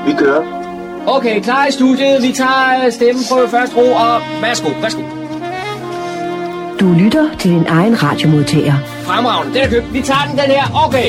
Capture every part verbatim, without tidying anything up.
Vi kører. Okay, klar i studiet. Vi tager stemmeprøve først, ro, og værsgo, værsgo. Du lytter til din egen radiomodtager. Fremragende, den er købt. Vi tager den, den her. Okay.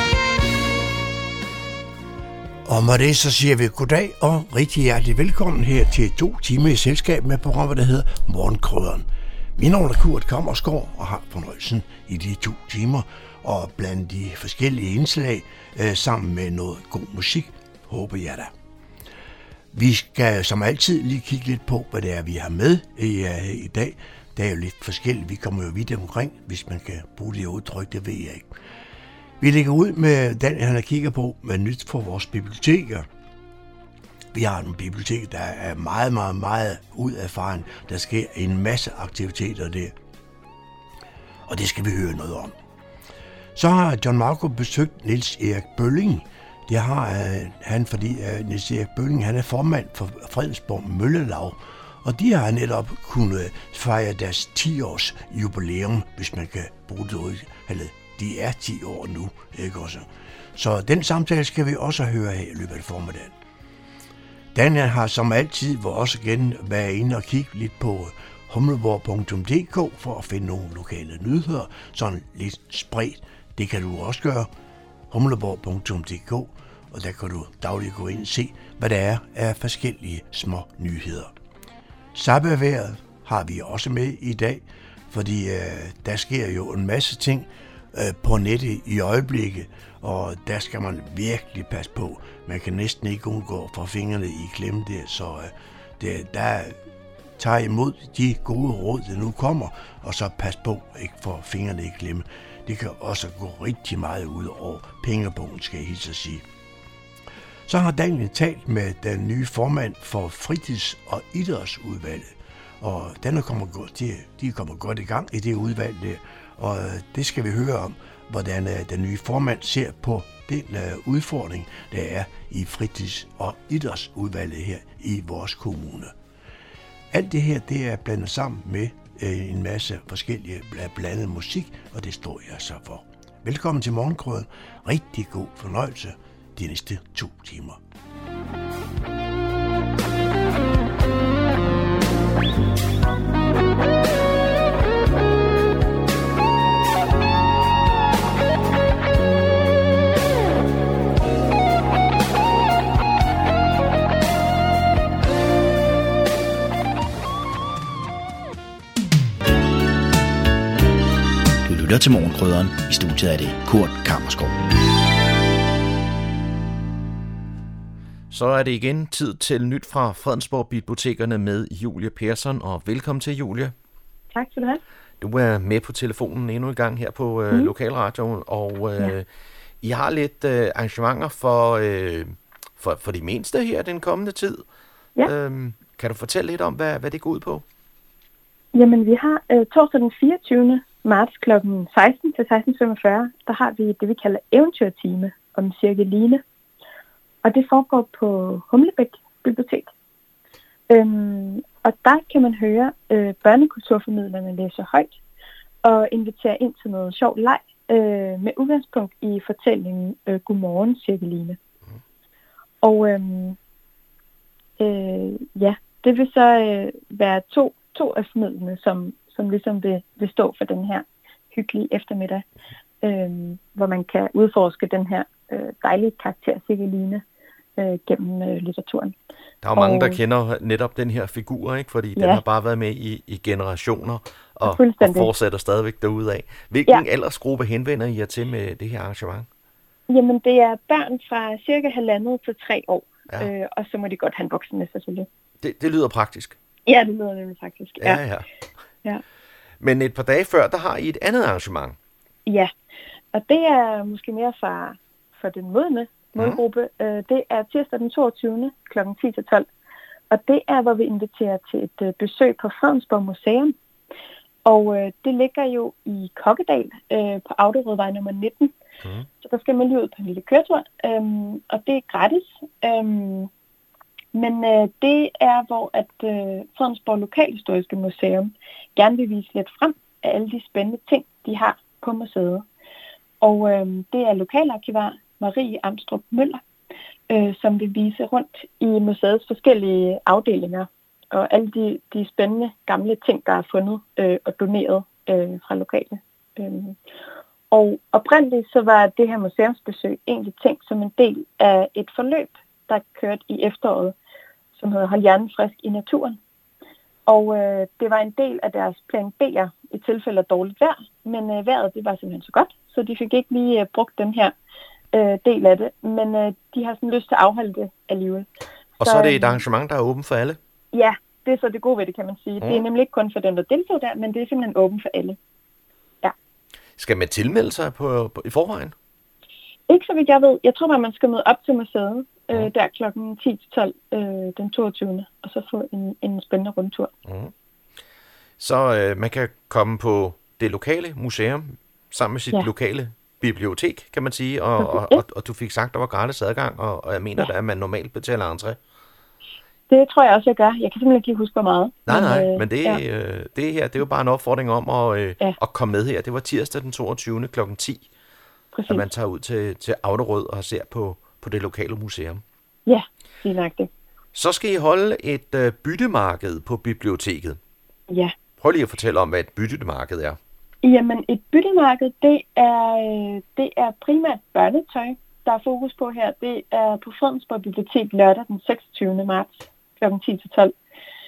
Og med det så siger vi goddag og rigtig hjertelig velkommen her til to timer i selskab med programmet, der hedder Morgenkrydderen. Min navn er Kurt Kammersgaard og har fornøjelsen i de to timer og blandt de forskellige indslag øh, sammen med noget god musik, håber jeg da. Vi skal som altid lige kigge lidt på, hvad det er, vi har med i, uh, i dag. Det er jo lidt forskelligt. Vi kommer jo vidt omkring, hvis man kan bruge det udtryk, det ved jeg ikke. Vi lægger ud med den, han kigger på, med nyt for vores biblioteker. Vi har nogle biblioteker, der er meget, meget, meget ud af faren. Der sker en masse aktiviteter der. Og det skal vi høre noget om. Så har John Marco besøgt Niels Erik Bølling. Det har uh, han, fordi uh, Niels Erik Bølling han er formand for Fredensborg Møllelaug. Og de har netop kunnet fejre deres ti års jubilæum, hvis man kan bruge det ud. Eller de er ti år nu, ikke også? Så den samtale skal vi også høre her i løbet af formiddagen. Daniel har som altid hvor også igen været inde og kigge lidt på humleborg punktum d k for at finde nogle lokale nyheder, sådan lidt spredt. Det kan du også gøre. humleborg punktum d k, og der kan du dagligt gå ind og se, hvad der er af forskellige små nyheder. Sabbatværet har vi også med i dag, fordi øh, der sker jo en masse ting øh, på nettet i øjeblikket, og der skal man virkelig passe på. Man kan næsten ikke undgå at få fingrene i klemme der, så øh, det, der tager imod de gode råd, der nu kommer, og så pas på ikke få fingrene i klemme. Det kan også gå rigtig meget ud over pengebogen, skal jeg hilse at sige. Så har Daniel talt med den nye formand for fritids- og idrætsudvalget, og den er kommet godt, de, de er kommet godt i gang i det udvalg der, og det skal vi høre om, hvordan den nye formand ser på den udfordring, der er i fritids- og idrætsudvalget her i vores kommune. Alt det her, det er blandet sammen med en masse forskellige blandede musik, og det står jeg så for. Velkommen til Morgenkrydderen. Rigtig god fornøjelse de næste to timer. Du lytter til Morgenkrydderen. I studiet er det Kurt Kammersgaard. Så er det igen tid til nyt fra Fredensborg Bibliotekerne med Julie Persson, og velkommen til, Julie. Tak skal du have. Du er med på telefonen endnu en gang her på øh, mm. Lokalradioen, og øh, ja. I har lidt øh, arrangementer for, øh, for, for de mindste her den kommende tid. Ja. Øhm, kan du fortælle lidt om, hvad, hvad det går ud på? Jamen, vi har øh, torsdag den fireogtyvende marts klokken seksten til seksten femogfyrre, der har vi det, vi kalder eventyrtime om Cirkeline. Og det foregår på Humlebæk Bibliotek. Øhm, og der kan man høre øh, børnekulturformidlerne læse højt og invitere ind til noget sjov leg øh, med udgangspunkt i fortællingen øh, Godmorgen Cirkeline. Mm. Og øhm, øh, ja, det vil så øh, være to, to af formidlerne, som, som ligesom vil, vil stå for den her hyggelige eftermiddag, øh, hvor man kan udforske den her øh, dejlige karakter Cirkeline øh, gennem øh, litteraturen. Der er jo mange, og, der kender netop den her figur, ikke? Fordi ja. Den har bare været med i, i generationer og, og fortsætter stadigvæk derudad. Hvilken ja. aldersgruppe henvender I jer til med det her arrangement? Jamen, det er børn fra cirka halvandet til tre år, ja. øh, og så må de godt have en voksen med selvfølgelig. Det, det lyder praktisk. Ja, det lyder nemlig praktisk. Ja, ja. ja. Men et par dage før, der har I et andet arrangement. Ja, og det er måske mere for, for den modne målgruppe. Mm. Det er tirsdag den toogtyvende klokken ti til tolv. Og det er, hvor vi inviterer til et besøg på Fredensborg Museum. Og øh, det ligger jo i Kokkedal øh, på Auderødvej nummer nitten. Mm. Så der skal man lige ud på en lille køretur. Øhm, og det er gratis. Øhm, men øh, det er, hvor at øh, Fredensborg Lokalhistoriske Museum gerne vil vise lidt frem af alle de spændende ting, de har på museet. Og øh, det er lokalarkivar Marie Amstrup Møller, øh, som vil vise rundt i museets forskellige afdelinger, og alle de, de spændende gamle ting, der er fundet øh, og doneret øh, fra lokale. Øh. Og oprindeligt så var det her museumsbesøg egentlig tænkt som en del af et forløb, der kørte i efteråret, som hedder Hold hjernen frisk i naturen. Og øh, det var en del af deres plan B'er i tilfælde af dårligt vejr, men øh, vejret det var simpelthen så godt, så de fik ikke lige øh, brugt den her øh, del af det, men øh, de har sådan lyst til at afholde det alligevel. Og så, så er det et arrangement, der er åbent for alle? Ja, det er så det gode ved det, kan man sige. Mm. Det er nemlig ikke kun for dem, der deltog der, men det er simpelthen åbent for alle. Ja. Skal man tilmelde sig på, på, i forvejen? Ikke så vidt jeg ved. Jeg tror bare, man skal møde op til museet øh, der klokken ti til tolv øh, den toogtyvende og så få en, en spændende rundtur. Mm. Så øh, man kan komme på det lokale museum sammen med sit ja. lokale bibliotek, kan man sige, og, og, og, og du fik sagt, der var gratis adgang, og, og jeg mener, ja. at man normalt betaler entré. Det tror jeg også, jeg gør. Jeg kan simpelthen ikke huske, hvor meget. Nej, nej, men, øh, men det, ja. øh, det her, det er jo bare en opfordring om at, øh, ja. at komme med her. Det var tirsdag den toogtyvende klokken ti, Præcis. at man tager ud til, til Auderød og ser på, på det lokale museum. Ja, lige nok det. Så skal I holde et øh, byttemarked på biblioteket. Ja. Prøv lige at fortælle om, hvad et byttemarked er. Jamen, et byttemarked, det er, det er primært børnetøj, der er fokus på her. Det er på Fredensborg Bibliotek lørdag den seksogtyvende marts klokken ti til tolv.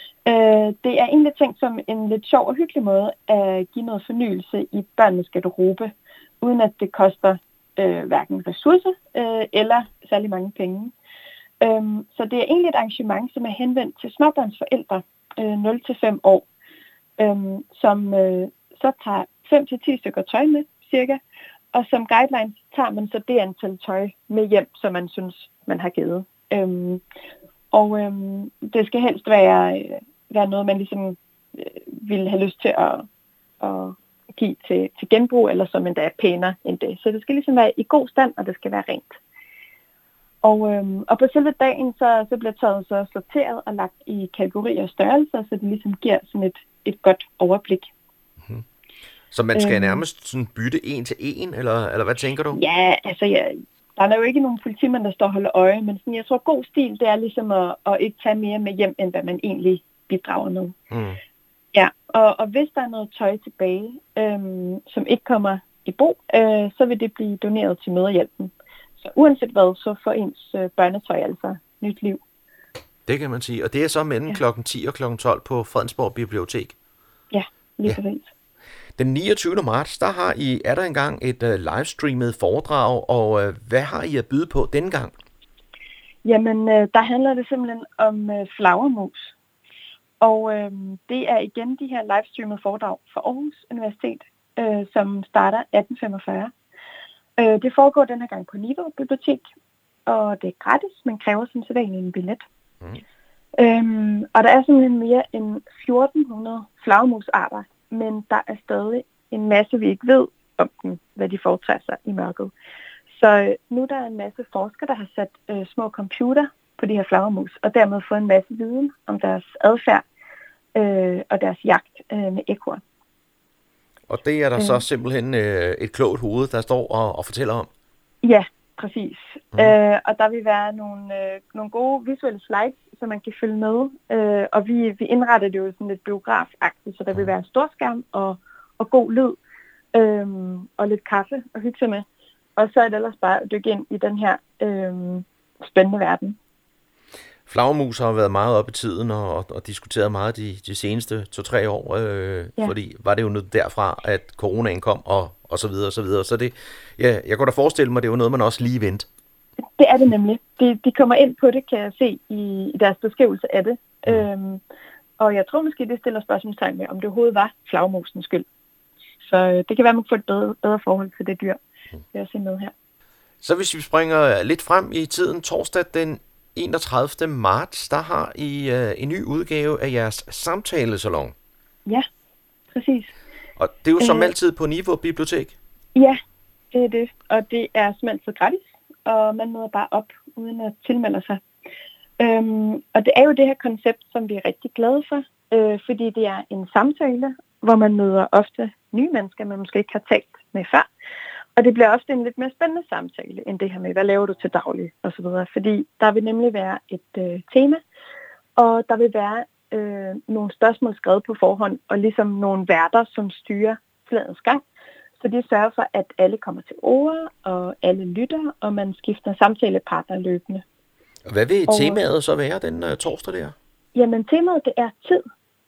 Det er egentlig tænkt som en lidt sjov og hyggelig måde at give noget fornyelse i børnenes garderobe, uden at det koster øh, hverken ressourcer øh, eller særlig mange penge. Øhm, så det er egentlig et arrangement, som er henvendt til småbørnsforældre øh, nul til fem år, øhm, som øh, så tager fem til ti stykker tøj med, cirka. Og som guidelines tager man så det antal tøj med hjem, som man synes, man har givet. Øhm, og øhm, det skal helst være, være noget, man ligesom øh, vil have lyst til at, at give til, til genbrug, eller som endda er pænere end det. Så det skal ligesom være i god stand, og det skal være rent. Og, øhm, og på selve dagen, så, så bliver tøjet så sorteret og lagt i kategorier og størrelser, så det ligesom giver sådan et, et godt overblik. Mm-hmm. Så man skal øhm, nærmest sådan bytte en til en, eller, eller hvad tænker du? Ja, altså ja, der er jo ikke nogen politimand, der står og holder øje, men sådan, jeg tror, god stil, det er ligesom at, at ikke tage mere med hjem, end hvad man egentlig bidrager med. Mm. Ja, og, og hvis der er noget tøj tilbage, øhm, som ikke kommer i brug, øh, så vil det blive doneret til Mødrehjælpen. Så uanset hvad, så får ens øh, børnetøj altså nyt liv. Det kan man sige. Og det er så mellem ja. klokken ti og klokken tolv på Fredensborg Bibliotek. Ja, lige ja. præcis. Den niogtyvende marts, der har I, er der engang et uh, livestreamet foredrag, og uh, hvad har I at byde på denne gang? Jamen, øh, der handler det simpelthen om øh, flagermus. Og øh, det er igen de her livestreamede foredrag fra Aarhus Universitet, øh, som starter atten femogfyrre. Øh, det foregår den her gang på Niveau Bibliotek, og det er gratis, men kræver som sædvanlig en billet. Mm. Øhm, og der er simpelthen mere end fjorten hundrede flagermusarter, men der er stadig en masse, vi ikke ved om dem, hvad de foretager sig i mørket. Så øh, nu der er en masse forskere, der har sat øh, små computer på de her flagermus, og dermed fået en masse viden om deres adfærd øh, og deres jagt øh, med ekkoer. Og det er der øh. så simpelthen øh, et klogt hoved, der står og, og fortæller om? Ja, præcis. Mm. Øh, og der vil være nogle, øh, nogle gode visuelle slides, så man kan følge med. Øh, og vi, vi indretter det jo sådan lidt biografagtigt, så der mm. vil være storskærm og, og god lyd, øh, og lidt kaffe og hygge sig med. Og så er det ellers bare at dykke ind i den her øh, spændende verden. Flagermus har været meget op i tiden og, og, og diskuteret meget de, de seneste to-tre år, øh, ja. fordi var det jo noget derfra, at coronaen kom og, og så videre og så videre. Så det, ja, jeg kunne da forestille mig, det er jo noget, man også lige venter. Det er det nemlig. De, de kommer ind på det, kan jeg se i, i deres beskrivelse af det. Mm. Øhm, og jeg tror måske, det stiller spørgsmålstegn med, om det overhovedet var flagermusens skyld. Så øh, det kan være, at man får et bedre, bedre forhold til det dyr. Mm. Det er jeg se med her. Så hvis vi springer lidt frem i tiden, torsdag den enogtredivte marts, der har I øh, en ny udgave af jeres samtalesalon. Ja, præcis. Og det er jo som øh, altid på Niveau Bibliotek. Ja, det er det. Og det er som altid gratis, og man møder bare op, uden at tilmelde sig. Øhm, og det er jo det her koncept, som vi er rigtig glade for, øh, fordi det er en samtale, hvor man møder ofte nye mennesker, man måske ikke har talt med før. Og det bliver ofte en lidt mere spændende samtale, end det her med, hvad laver du til daglig, og så videre. Fordi der vil nemlig være et øh, tema, og der vil være øh, nogle spørgsmål skrevet på forhånd, og ligesom nogle værter, som styrer slagets gang. Så de sørger for, at alle kommer til ord, og alle lytter, og man skifter samtalepartner løbende. Hvad vil og, temaet så være den uh, torsdag der? Jamen, temaet det er tid.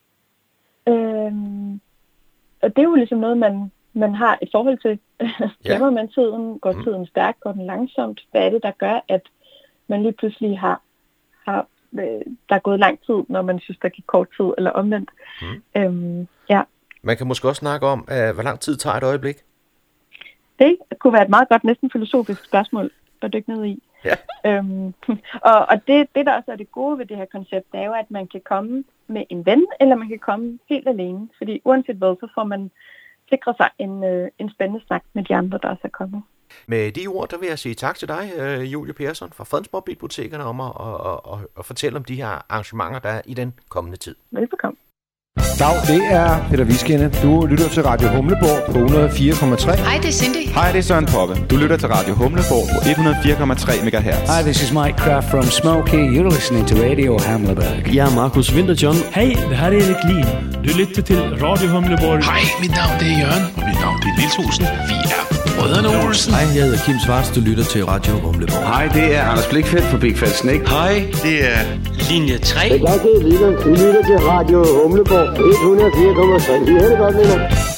Øhm, og det er jo ligesom noget, man, man har et forhold til. Glemmer ja. man tiden? Går mm. tiden stærkt? Går den langsomt? Hvad er det, der gør, at man lige pludselig har, har øh, der er gået lang tid, når man synes, der gik kort tid, eller omvendt? Mm. Øhm, ja. Man kan måske også snakke om, uh, hvor lang tid tager et øjeblik? Det kunne være et meget godt, næsten filosofisk spørgsmål at dykke ned i. Ja. Øhm, og og det, det, der også er det gode ved det her koncept, det er jo, at man kan komme med en ven, eller man kan komme helt alene. Fordi uanset hvad, så får man sikret sig en, øh, en spændende snak med de andre, der også er kommet. Med de ord, der vil jeg sige tak til dig, Julie Persson fra Fredensborg Bibliotekerne, om at og, og, og fortælle om de her arrangementer, der er i den kommende tid. Velbekomme. Dag, det er Peter Viskende. Du lytter til Radio Humleborg på et hundrede og fire komma tre. Hej, det er Cindy. Hej, det er Søren Poppe. Du lytter til Radio Humleborg på et hundrede og fire komma tre megahertz. Hi, this is Mike Kraft from Smokey. You're listening to Radio Hamleberg. Jeg er Markus Winterjohn. Hej, det her er Erik Lien. Du lytter til Radio Humleborg. Hej, mit navn det er Jørgen, og mit navn det er Niels Olsen. Vi er Brødrene Olsen. Hej, jeg hedder Kim Svarts. Du lytter til Radio Humleborg. Hej, det er Anders Blikfeldt fra Big Fat Snake. Hej, det er Linje tre. Jeg er det Lille. Du lytter til Radio Humleborg et hundrede og fire komma tre. Vi har det godt, venner.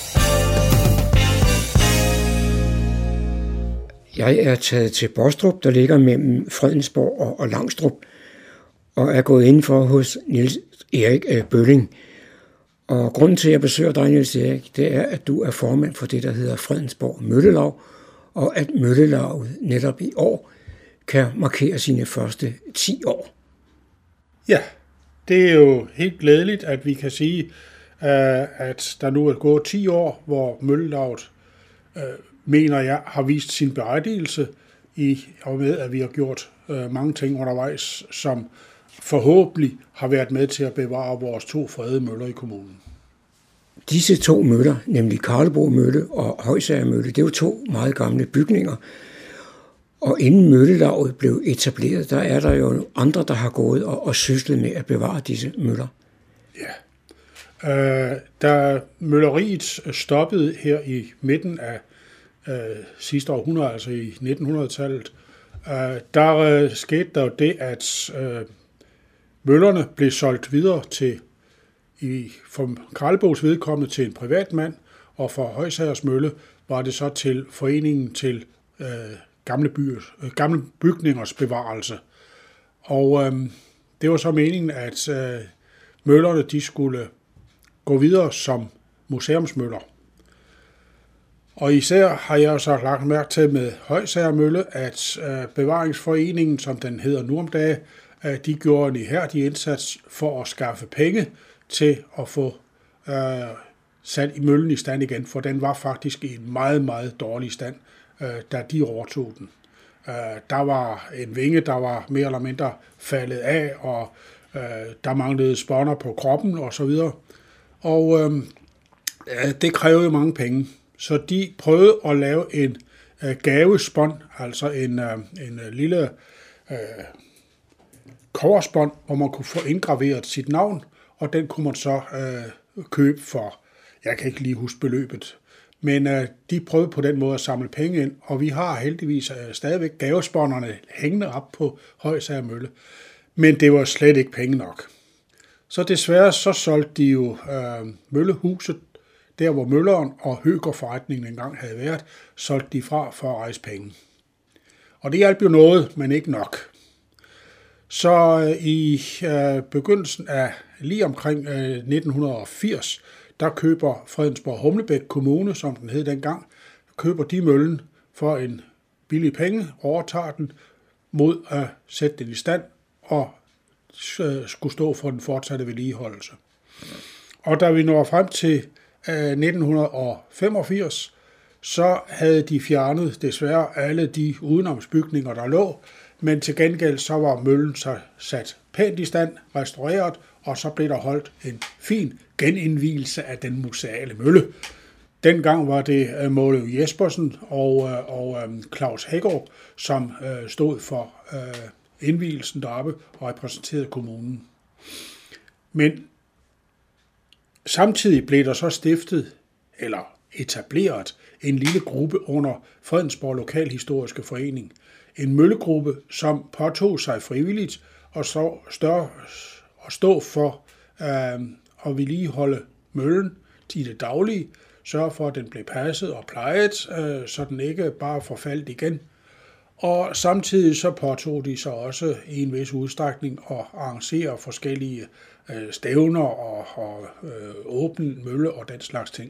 Jeg er taget til Bostrup, der ligger mellem Fredensborg og, og Langstrup, og er gået indenfor hos Niels Erik øh, Bølling. Og grunden til, at jeg besøger dig, Niels Erik, det er, at du er formand for det, der hedder Fredensborg Møllelaug, og at Møllelauget netop i år kan markere sine første ti år. Ja, det er jo helt glædeligt, at vi kan sige, at der nu er gået ti år, hvor Møllelauget, mener jeg, har vist sin berettigelse i og med, at vi har gjort mange ting undervejs, som forhåbentlig har været med til at bevare vores to fredede møller i kommunen. Disse to møller, nemlig Karlebo Mølle og Højsager Mølle, det er jo to meget gamle bygninger. Og inden Møllelauget blev etableret, der er der jo andre, der har gået og, og syslet med at bevare disse møller. Ja. Øh, da mølleriet stoppede her i midten af øh, sidste århundrede, altså i nitten hundrede-tallet, øh, der øh, skete der jo det, at øh, møllerne blev solgt videre til, i, for Karlebos vedkommende til en privatmand, og for Højsagers Mølle var det så til foreningen til øh, gamle, byer, øh, gamle bygningers bevarelse. Og øh, det var så meningen, at øh, møllerne de skulle gå videre som museumsmøller. Og især har jeg så lagt mærke til med Højsager Mølle, at øh, bevaringsforeningen, som den hedder nu om dagen, øh, de gjorde en ihærdig indsats for at skaffe penge til at få øh, sat i møllen i stand igen, for den var faktisk i en meget, meget dårlig stand, øh, da de overtog den. Øh, der var en vinge, der var mere eller mindre faldet af, og øh, der manglede spåner på kroppen og så videre. Og øh, det krævede mange penge. Så de prøvede at lave en øh, gavespånd, altså en, øh, en øh, lille øh, kobberspånd, hvor man kunne få indgraveret sit navn, og den kunne man så øh, købe for, jeg kan ikke lige huske beløbet, men øh, de prøvede på den måde at samle penge ind, og vi har heldigvis øh, stadigvæk gavespånderne hængende op på Højsager Mølle, men det var slet ikke penge nok. Så desværre så solgte de jo øh, møllehuset, der hvor mølleren og høgerforretningen engang havde været, solgte de fra for at rejse penge. Og det hjalp jo noget, men ikke nok. Så øh, i øh, begyndelsen af lige omkring øh, nitten firs, der køber Fredensborg Humlebæk Kommune, som den hed dengang, køber de møllen for en billig penge, overtager den mod at sætte den i stand og øh, skulle stå for den fortsatte vedligeholdelse. Og da vi når frem til øh, nitten femogfirs, så havde de fjernet desværre alle de udenomsbygninger, der lå, men til gengæld så var møllen så sat pænt i stand, restaureret, og så blev der holdt en fin genindvielse af den museale mølle. Dengang var det uh, Måløv Jespersen og, uh, og um, Claus Hækgaard, som uh, stod for uh, indvielsen deroppe og repræsenterede kommunen. Men samtidig blev der så stiftet, eller etableret, en lille gruppe under Fredensborg Lokalhistoriske Forening. En møllegruppe, som påtog sig frivilligt og så større, at stå for øh, at vedligeholde møllen i det daglige, sørge for, at den blev passet og plejet, øh, så den ikke bare forfaldt igen. Og samtidig så påtog de sig også i en vis udstrækning at arrangere forskellige øh, stævner og, og øh, åbne mølle og den slags ting.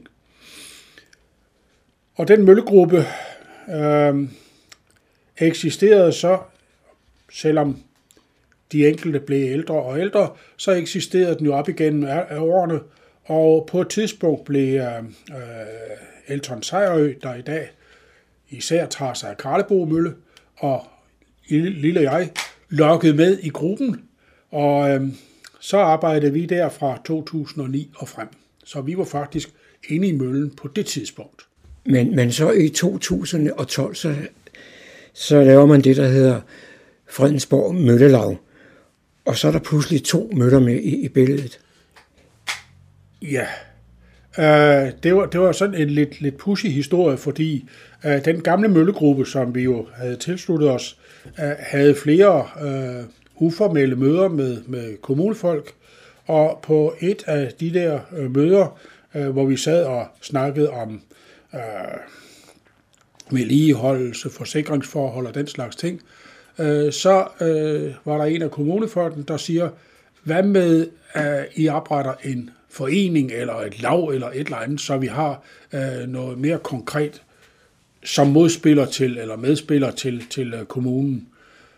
Og den møllegruppe øh, eksisterede så, selvom de enkelte blev ældre og ældre, så eksisterede den jo op igennem årene, og på et tidspunkt blev øh, Elton Sejerø, der i dag især tager sig af Karlebo Mølle, og lille jeg, lokket med i gruppen, og øh, så arbejdede vi der fra to tusind og ni og frem. Så vi var faktisk inde i møllen på det tidspunkt. Men, men så i to tusind og tolv, så, så laver man det, der hedder Fredensborg Møllelaug. Og så er der pludselig to møller med i, i billedet. Ja, øh, det, var, det var sådan en lidt, lidt pudsig historie, fordi øh, den gamle møllegruppe, som vi jo havde tilsluttet os, øh, havde flere øh, uformelle møder med, med kommunefolk. Og på et af de der øh, møder, øh, hvor vi sad og snakkede om øh, vedligeholdelse, forsikringsforhold og den slags ting, øh, så øh, var der en af kommunefolkene, der siger, hvad med, at I opretter en forening eller et lav eller et eller andet, så vi har øh, noget mere konkret som modspiller til, eller medspiller til, til øh, kommunen.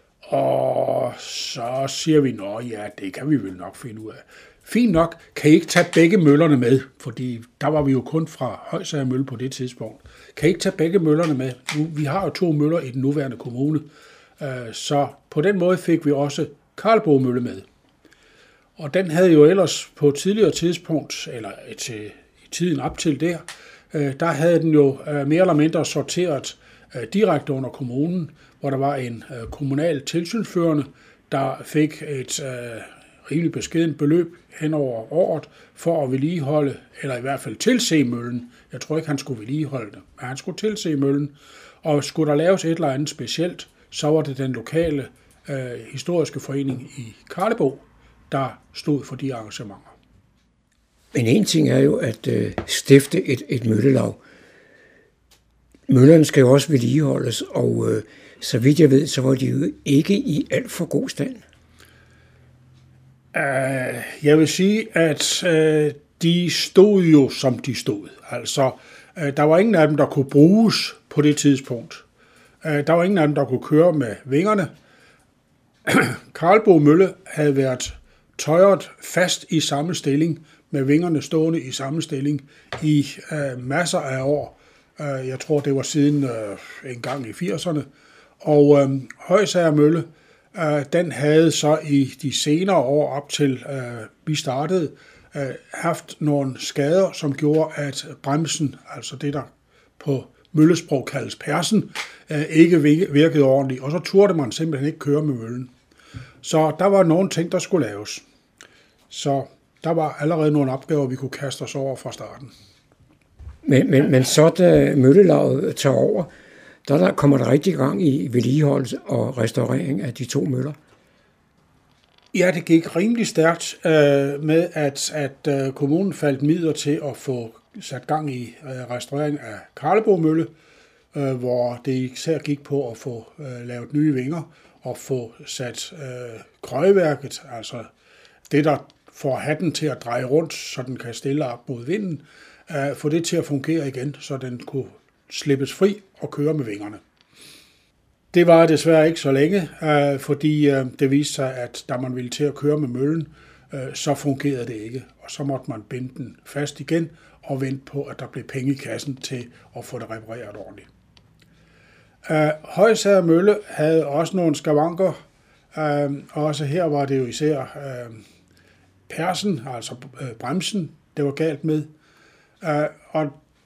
Og så siger vi, nå ja, det kan vi vel nok finde ud af. Fint nok, kan I ikke tage begge møllerne med? Fordi der var vi jo kun fra Højsager Mølle på det tidspunkt. Kan I ikke tage begge møllerne med? Nu, vi har jo to møller i den nuværende kommune. Så på den måde fik vi også Karlebo Mølle med. Og den havde jo ellers på et tidligere tidspunkt, eller til, i tiden op til der, der havde den jo mere eller mindre sorteret direkte under kommunen, hvor der var en kommunal tilsynsførende, der fik et rimelig beskedent beløb hen over året for at vedligeholde, eller i hvert fald tilse møllen. Jeg tror ikke, han skulle vedligeholde det, men han skulle tilse møllen. Og skulle der laves et eller andet specielt, så var det den lokale øh, historiske forening i Karlebo, der stod for de arrangementer. Men en ting er jo at øh, stifte et, et møllelaug. Møllerne skal jo også vedligeholdes, og øh, så vidt jeg ved, så var de jo ikke i alt for god stand. Uh, jeg vil sige, at uh, de stod jo, som de stod. Altså, uh, der var ingen af dem, der kunne bruges på det tidspunkt. Uh, der var ingen af dem, der kunne køre med vingerne. Karlebo Mølle havde været tøjret fast i samme stilling, med vingerne stående i samme stilling i uh, masser af år. Uh, jeg tror, det var siden uh, en gang i firserne. Og uh, Højsager Mølle, Uh, den havde så i de senere år op til uh, vi startede, uh, haft nogle skader, som gjorde, at bremsen, altså det der på møllesprog kaldes persen, uh, ikke virkede ordentligt, og så turde man simpelthen ikke køre med møllen. Så der var nogle ting, der skulle laves. Så der var allerede nogle opgaver, vi kunne kaste os over fra starten. Men, men, men så da møllelaget tager over, der, der kommer der rigtig gang i vedligeholdelse og restaurering af de to møller. Ja, det gik rimelig stærkt øh, med, at, at øh, kommunen faldt midler til at få sat gang i øh, restaurering af Karlebo Mølle, øh, hvor det især gik på at få øh, lavet nye vinger og få sat øh, krøjeværket, altså det, der får hatten til at dreje rundt, så den kan stille op mod vinden, øh, få det til at fungere igen, så den kunne slippes fri og køre med vingerne. Det var desværre ikke så længe, øh, fordi øh, det viste sig, at da man ville til at køre med møllen, øh, så fungerede det ikke, og så måtte man binde den fast igen og vente på, at der blev penge i kassen til at få det repareret ordentligt. Øh, Højsager Mølle havde også nogle skavanker, øh, og også her var det jo især øh, persen, altså øh, bremsen, det var galt med, øh, og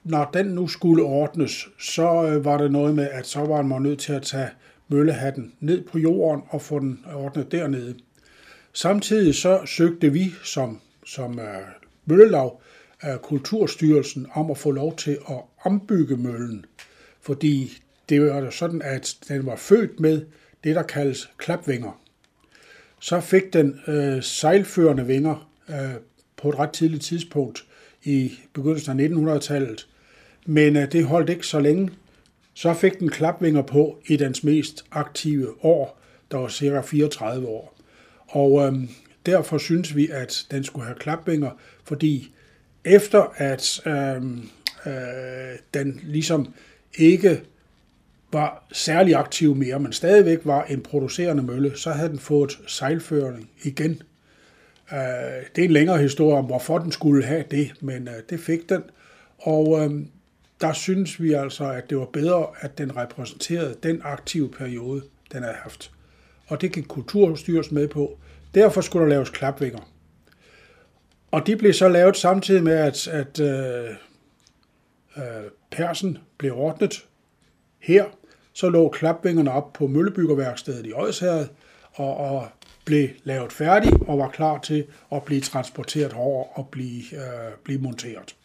når den nu skulle ordnes, så øh, var det noget med, at så var man nødt til at tage møllehatten ned på jorden og få den ordnet dernede. Samtidig så søgte vi som, som uh, møllelav uh, Kulturstyrelsen om at få lov til at ombygge møllen, fordi det var sådan, at den var født med det, der kaldes klapvinger. Så fik den uh, sejlførende vinger uh, på et ret tidligt tidspunkt i begyndelsen af nitten hundrede-tallet, men uh, det holdt ikke så længe. Så fik den klapvinger på i dens mest aktive år, der var cirka fireogtredive år. Og øhm, derfor synes vi, at den skulle have klapvinger, fordi efter at øhm, øh, den ligesom ikke var særlig aktiv mere, men stadigvæk var en producerende mølle, så havde den fået sejlføring igen. Øh, det er en længere historie om, hvorfor den skulle have det, men øh, det fik den. Og øhm, der synes vi altså, at det var bedre, at den repræsenterede den aktive periode, den havde haft. Og det gik Kulturstyrelsen med på. Derfor skulle der laves klapvinger. Og de blev så lavet samtidig med, at, at øh, øh, persen blev ordnet her. Så lå klapvingerne op på møllebyggerværkstedet i Odsherred og, og blev lavet færdig og var klar til at blive transporteret over og blive, øh, blive monteret.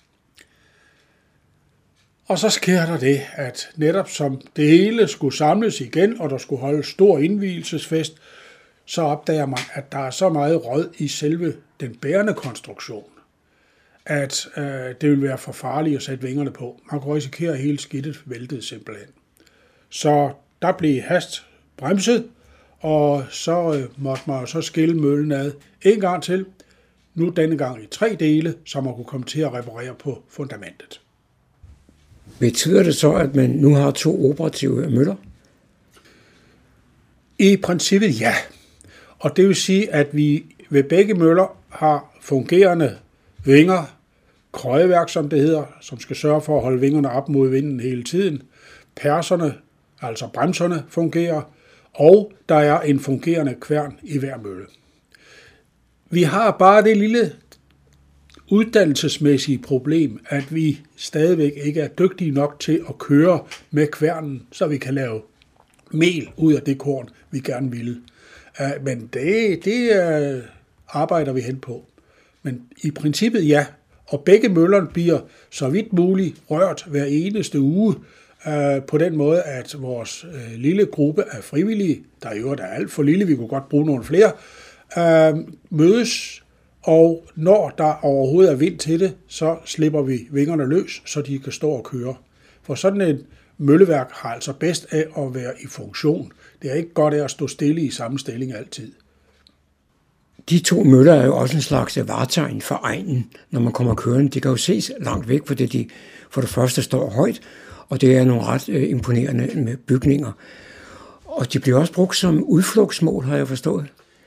Og så sker der det, at netop som det hele skulle samles igen, og der skulle holde stor indvielsesfest, så opdager man, at der er så meget råd i selve den bærende konstruktion, at øh, det vil være for farligt at sætte vingerne på. Man kan risikere, at hele skidtet væltede simpelthen. Så der blev hast bremset, og så øh, måtte man så skille møllen ad en gang til, nu denne gang i tre dele, så man kunne komme til at reparere på fundamentet. Betyder det så, at man nu har to operative møller? I princippet ja. Og det vil sige, at vi ved begge møller har fungerende vinger, krøjeværk, som det hedder, som skal sørge for at holde vingerne op mod vinden hele tiden. Perserne, altså bremserne, fungerer, og der er en fungerende kværn i hver mølle. Vi har bare det lille uddannelsesmæssige problem, at vi stadigvæk ikke er dygtige nok til at køre med kværnen, så vi kan lave mel ud af det korn, vi gerne vil. Men det, det arbejder vi hen på. Men i princippet ja, og begge møllerne bliver så vidt muligt rørt hver eneste uge, på den måde, at vores lille gruppe af frivillige, der i øvrigt er alt for lille, vi kunne godt bruge nogle flere, mødes. Og når der overhovedet er vind til det, så slipper vi vingerne løs, så de kan stå og køre. For sådan et mølleværk har altså bedst af at være i funktion. Det er ikke godt af at stå stille i samme stilling altid. De to møller er jo også en slags vartegn for egnen, når man kommer kørende. De kan jo ses langt væk, fordi de for det første står højt, og det er nogle ret øh, imponerende med bygninger. Og de bliver også brugt som udflugtsmål, har jeg forstået.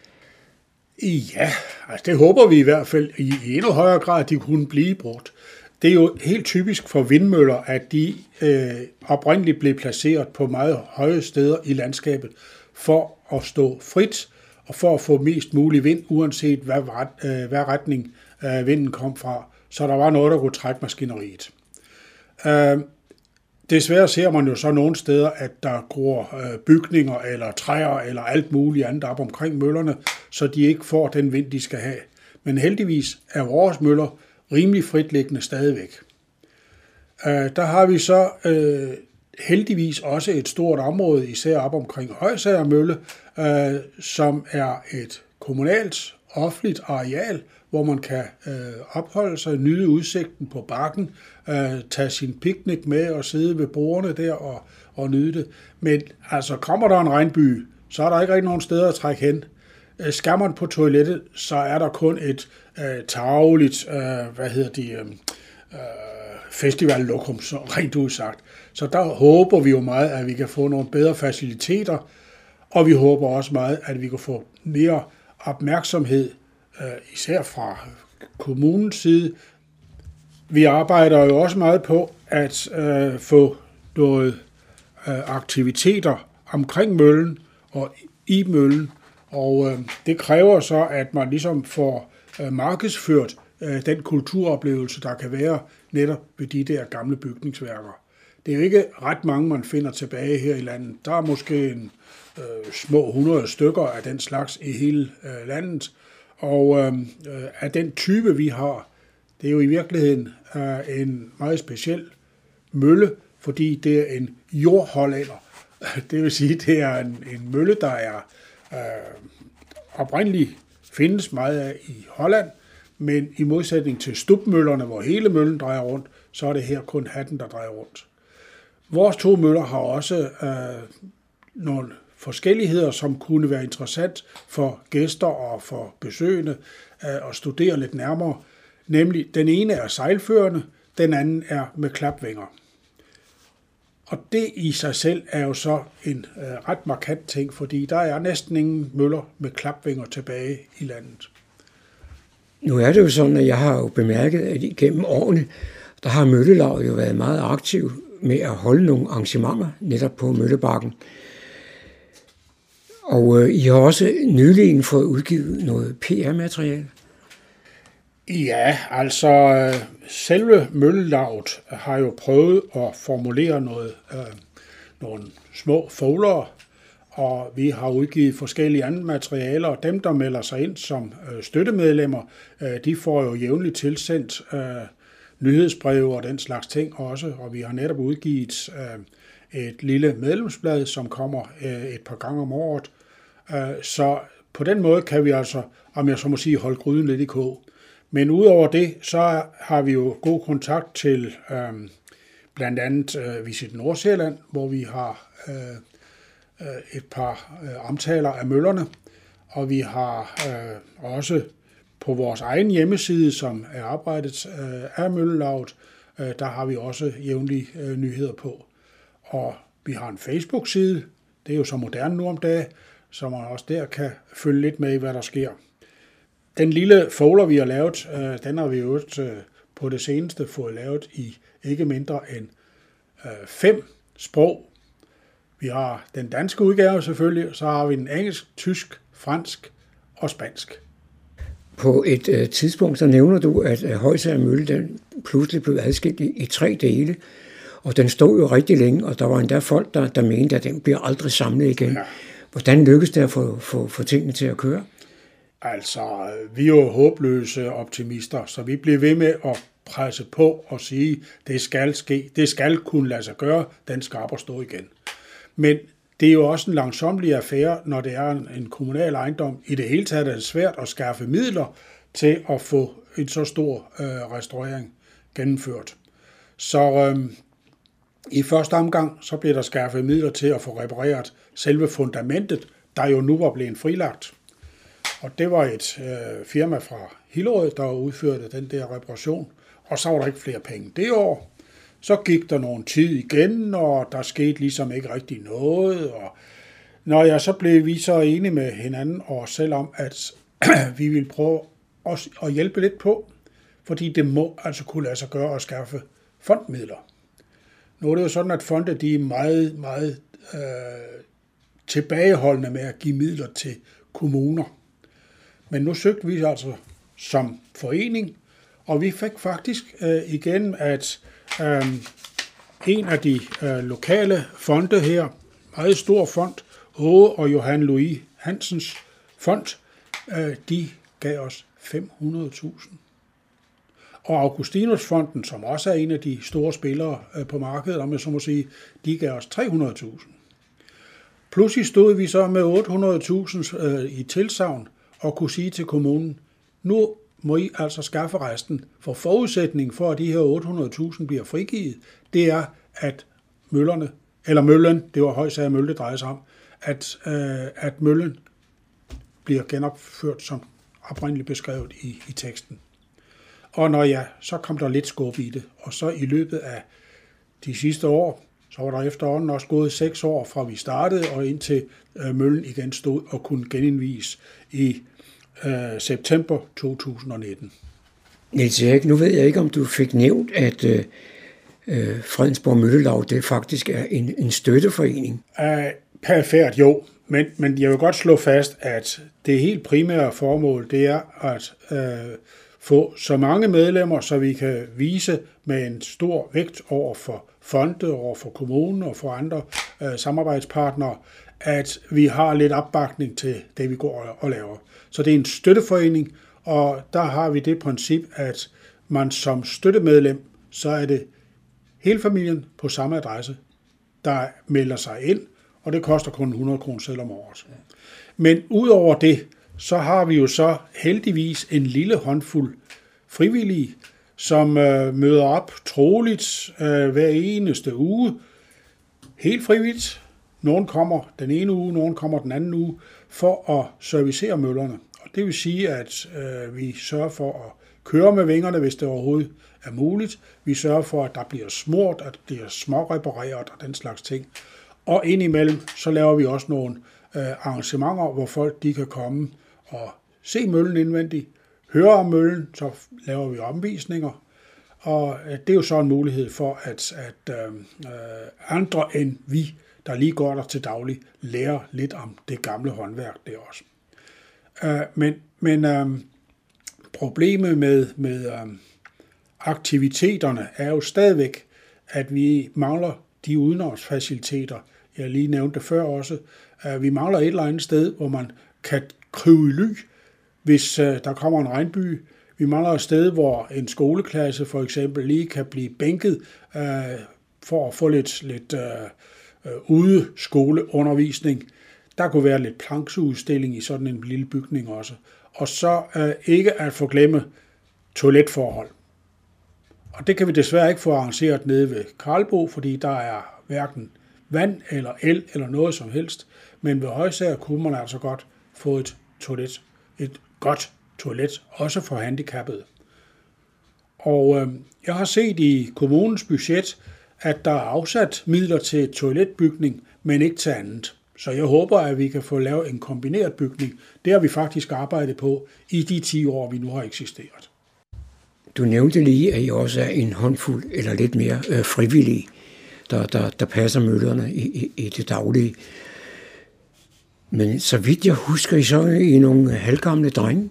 Ja, altså det håber vi i hvert fald i endnu højere grad, at de kunne blive brugt. Det er jo helt typisk for vindmøller, at de øh, oprindeligt blev placeret på meget høje steder i landskabet for at stå frit og for at få mest mulig vind, uanset hvad, ret, øh, hvad retning øh, vinden kom fra. Så der var noget, der kunne trække maskineriet. Øh, Desværre ser man jo så nogle steder, at der gror øh, bygninger eller træer eller alt muligt andet op omkring møllerne, så de ikke får den vind, de skal have. Men heldigvis er vores møller rimelig fritliggende stadigvæk. Øh, der har vi så øh, heldigvis også et stort område, især op omkring Højsager Mølle, øh, som er et kommunalt, offentligt areal, hvor man kan øh, opholde sig, nyde udsigten på bakken, øh, tage sin picnic med og sidde ved bordene der og, og nyde det. Men altså kommer der en regnby, så er der ikke rigtig nogen steder at trække hen. Øh, skal man på toilettet, så er der kun et øh, tarveligt, øh, hvad hedder de, øh, festivallokum, så rent udsagt. Så der håber vi jo meget, at vi kan få nogle bedre faciliteter, og vi håber også meget, at vi kan få mere opmærksomhed, især fra kommunens side. Vi arbejder jo også meget på at øh, få noget øh, aktiviteter omkring møllen og i møllen, og øh, det kræver så, at man ligesom får øh, markedsført øh, den kulturoplevelse, der kan være netop ved de der gamle bygningsværker. Det er jo ikke ret mange, man finder tilbage her i landet. Der er måske en, øh, små hundrede stykker af den slags i hele øh, landet. Og øh, af den type, vi har, det er jo i virkeligheden øh, en meget speciel mølle, fordi det er en jordhollænder. Det vil sige, det er en, en mølle, der er øh, oprindeligt findes meget af i Holland, men i modsætning til stubmøllerne, hvor hele møllen drejer rundt, så er det her kun hatten, der drejer rundt. Vores to møller har også øh, nogle forskelligheder, som kunne være interessant for gæster og for besøgende øh, at studere lidt nærmere. Nemlig, den ene er sejlførende, den anden er med klapvinger. Og det i sig selv er jo så en øh, ret markant ting, fordi der er næsten ingen møller med klapvinger tilbage i landet. Nu er det jo sådan, at jeg har jo bemærket, at igennem årene, der har Møllelaget jo været meget aktiv med at holde nogle arrangementer netop på Møllebakken. Og øh, I har også nylig fået udgivet noget P R-materiale. Ja, altså selve Møllelaget har jo prøvet at formulere noget, øh, nogle små folder, og vi har udgivet forskellige andre materialer, og dem, der melder sig ind som øh, støttemedlemmer, øh, de får jo jævnligt tilsendt øh, nyhedsbreve og den slags ting også, og vi har netop udgivet øh, et lille medlemsblad, som kommer øh, et par gange om året. Øh, så på den måde kan vi altså, om jeg så må sige, holde gryden lidt i kog. Men udover det, så har vi jo god kontakt til øh, blandt andet øh, Visit Nordsjælland, hvor vi har øh, et par øh, omtaler af møllerne, og vi har øh, også på vores egen hjemmeside, som er oprettet øh, af Møllelaget, øh, der har vi også jævnlige øh, nyheder på. Og vi har en Facebook-side, det er jo så moderne nu om dagen, så man også der kan følge lidt med i, hvad der sker. Den lille folder, vi har lavet, øh, den har vi jo øh, på det seneste fået lavet i ikke mindre end øh, fem sprog. Vi har den danske udgave selvfølgelig, så har vi den engelsk, tysk, fransk og spansk. På et øh, tidspunkt så nævner du, at øh, Højsager Mølle den pludselig blev adskilt i, i tre dele, og den stod jo rigtig længe, og der var endda folk, der, der mente, at den bliver aldrig samlet igen. Ja. Hvordan lykkedes det at få, få, få tingene til at køre? Altså, vi er jo håbløse optimister, så vi bliver ved med at presse på og sige, det skal ske, det skal kunne lade sig gøre, den skal op og stå igen. Men det er jo også en langsomlig affære, når det er en kommunal ejendom. I det hele taget er det svært at skaffe midler til at få en så stor øh, restaurering gennemført. Så øh, i første omgang så blev der skaffet midler til at få repareret selve fundamentet, der jo nu var blevet frilagt. Og det var et øh, firma fra Hillerød, der udførte den der reparation, og så var der ikke flere penge det år. Så gik der nogle tid igen, og der skete ligesom ikke rigtig noget. Og når jeg så blev vi så enige med hinanden og selv om, at vi ville prøve også at hjælpe lidt på, fordi det må altså kunne lade sig gøre at skaffe fondmidler. Nu er det jo sådan, at fonde de er meget, meget øh, tilbageholdende med at give midler til kommuner. Men nu søgte vi altså som forening, og vi fik faktisk øh, igen, at øh, en af de øh, lokale fonde her, meget stor fond, Åge og Johan Louis Hansens fond, øh, de gav os fem hundrede tusind. Og Augustinusfonden, som også er en af de store spillere øh, på markedet, om jeg så må sige, de gav os tre hundrede tusind. Pludselig stod vi så med otte hundrede tusind øh, i tilsagn og kunne sige til kommunen, nu må I altså skaffe resten, for forudsætningen for, at de her otte hundrede tusind bliver frigivet, det er, at møllerne, eller møllen, det var Højsager Mølle, det drejer sig om, at, øh, at møllen bliver genopført som oprindeligt beskrevet i, i teksten. Og når ja, så kom der lidt skub i det, og så i løbet af de sidste år, så var der efterhånden også gået seks år fra vi startede, og indtil øh, møllen igen stod og kunne genindvies i øh, september to tusind og nitten. Niels Erik, nu ved jeg ikke, om du fik nævnt, at øh, Fredensborg Møllelaug, det faktisk er en, en støtteforening. Uh, perfekt, jo. Men, men jeg vil godt slå fast, at det helt primære formål, det er at øh, få så mange medlemmer, så vi kan vise med en stor vægt over for fonde, over for kommunen og for andre øh, samarbejdspartnere, at vi har lidt opbakning til det, vi går og laver. Så det er en støtteforening, og der har vi det princip, at man som støttemedlem, så er det hele familien på samme adresse, der melder sig ind, og det koster kun hundrede kroner selv om året. Men udover det, så har vi jo så heldigvis en lille håndfuld frivillige, som øh, møder op troligt øh, hver eneste uge, helt frivilligt. Nogen kommer den ene uge, nogen kommer den anden uge, for at servicere møllerne. Og det vil sige, at øh, vi sørger for at køre med vingerne, hvis det overhovedet er muligt. Vi sørger for, at der bliver smurt, at der bliver smårepareret og den slags ting. Og indimellem, så laver vi også nogle øh, arrangementer, hvor folk de kan komme og se møllen indvendigt, høre om møllen, så laver vi omvisninger. Og øh, det er jo så en mulighed for, at, at øh, andre end vi, der lige går der til daglig, lærer lidt om det gamle håndværk der også. Øh, men men øh, problemet med, med øh, aktiviteterne er jo stadigvæk, at vi mangler de udenomsfaciliteter, jeg lige nævnte før også. Vi mangler et eller andet sted, hvor man kan kryve i ly, hvis der kommer en regnby. Vi mangler et sted, hvor en skoleklasse for eksempel lige kan blive bænket for at få lidt, lidt udeskoleundervisning. Der kunne være lidt planksudstilling i sådan en lille bygning også. Og så ikke at forglemme toiletforhold. Og det kan vi desværre ikke få arrangeret nede ved Karlbo, fordi der er hverken vand eller el eller noget som helst. Men ved Højsager kunne man altså godt få et toilet, et godt toilet, også for handicappede. Og øh, jeg har set i kommunens budget, at der er afsat midler til toiletbygning, men ikke til andet. Så jeg håber, at vi kan få lavet en kombineret bygning. Det har vi faktisk arbejdet på i de ti år, vi nu har eksisteret. Du nævnte lige, at I også er en håndfuld eller lidt mere øh, frivillige, der, der, der passer møllerne i, i, i det daglige. Men så vidt jeg husker, I så I nogle halvgamle drenge?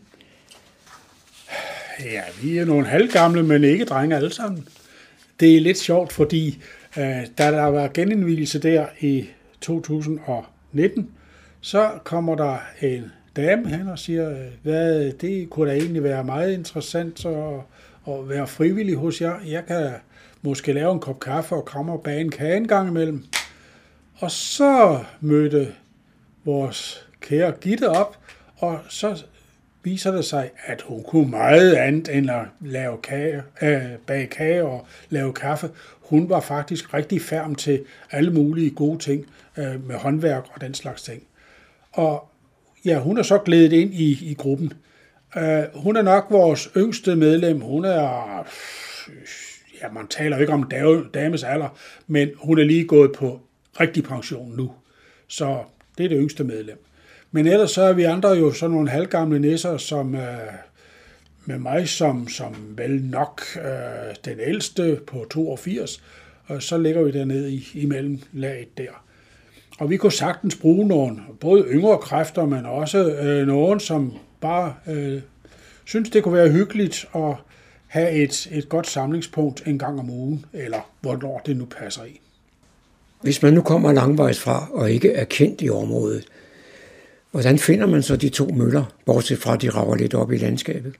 Ja, vi er nogle halvgamle, men ikke drenge alle sammen. Det er lidt sjovt, fordi øh, da der var genindvielse der i to tusind og nitten, så kommer der en dame hen og siger, hvad det kunne da egentlig være meget interessant at, at være frivillig hos jer. Jeg kan måske lave en kop kaffe og komme og bage en kage en gang imellem. Og så mødte vores kære Gitte op, og så viser det sig, at hun kunne meget andet end at lave kage, øh, bage kage og lave kaffe. Hun var faktisk rigtig færm til alle mulige gode ting øh, med håndværk og den slags ting. Og ja, hun er så glædet ind i, i gruppen. Uh, hun er nok vores yngste medlem. Hun er, ja, man taler ikke om dames alder, men hun er lige gået på rigtig pension nu. Så det er det yngste medlem. Men ellers så er vi andre jo sådan nogle halvgamle nisser, som uh, med mig som, som vel nok uh, den ældste på toogfirs, og så ligger vi dernede i, imellem laget der. Og vi kunne sagtens bruge nogle, både yngre kræfter, men også øh, nogen, som bare øh, synes, det kunne være hyggeligt at have et, et godt samlingspunkt en gang om ugen, eller hvornår det nu passer i. Hvis man nu kommer langvejs fra og ikke er kendt i området, hvordan finder man så de to møller, bortset fra at de rager lidt op i landskabet?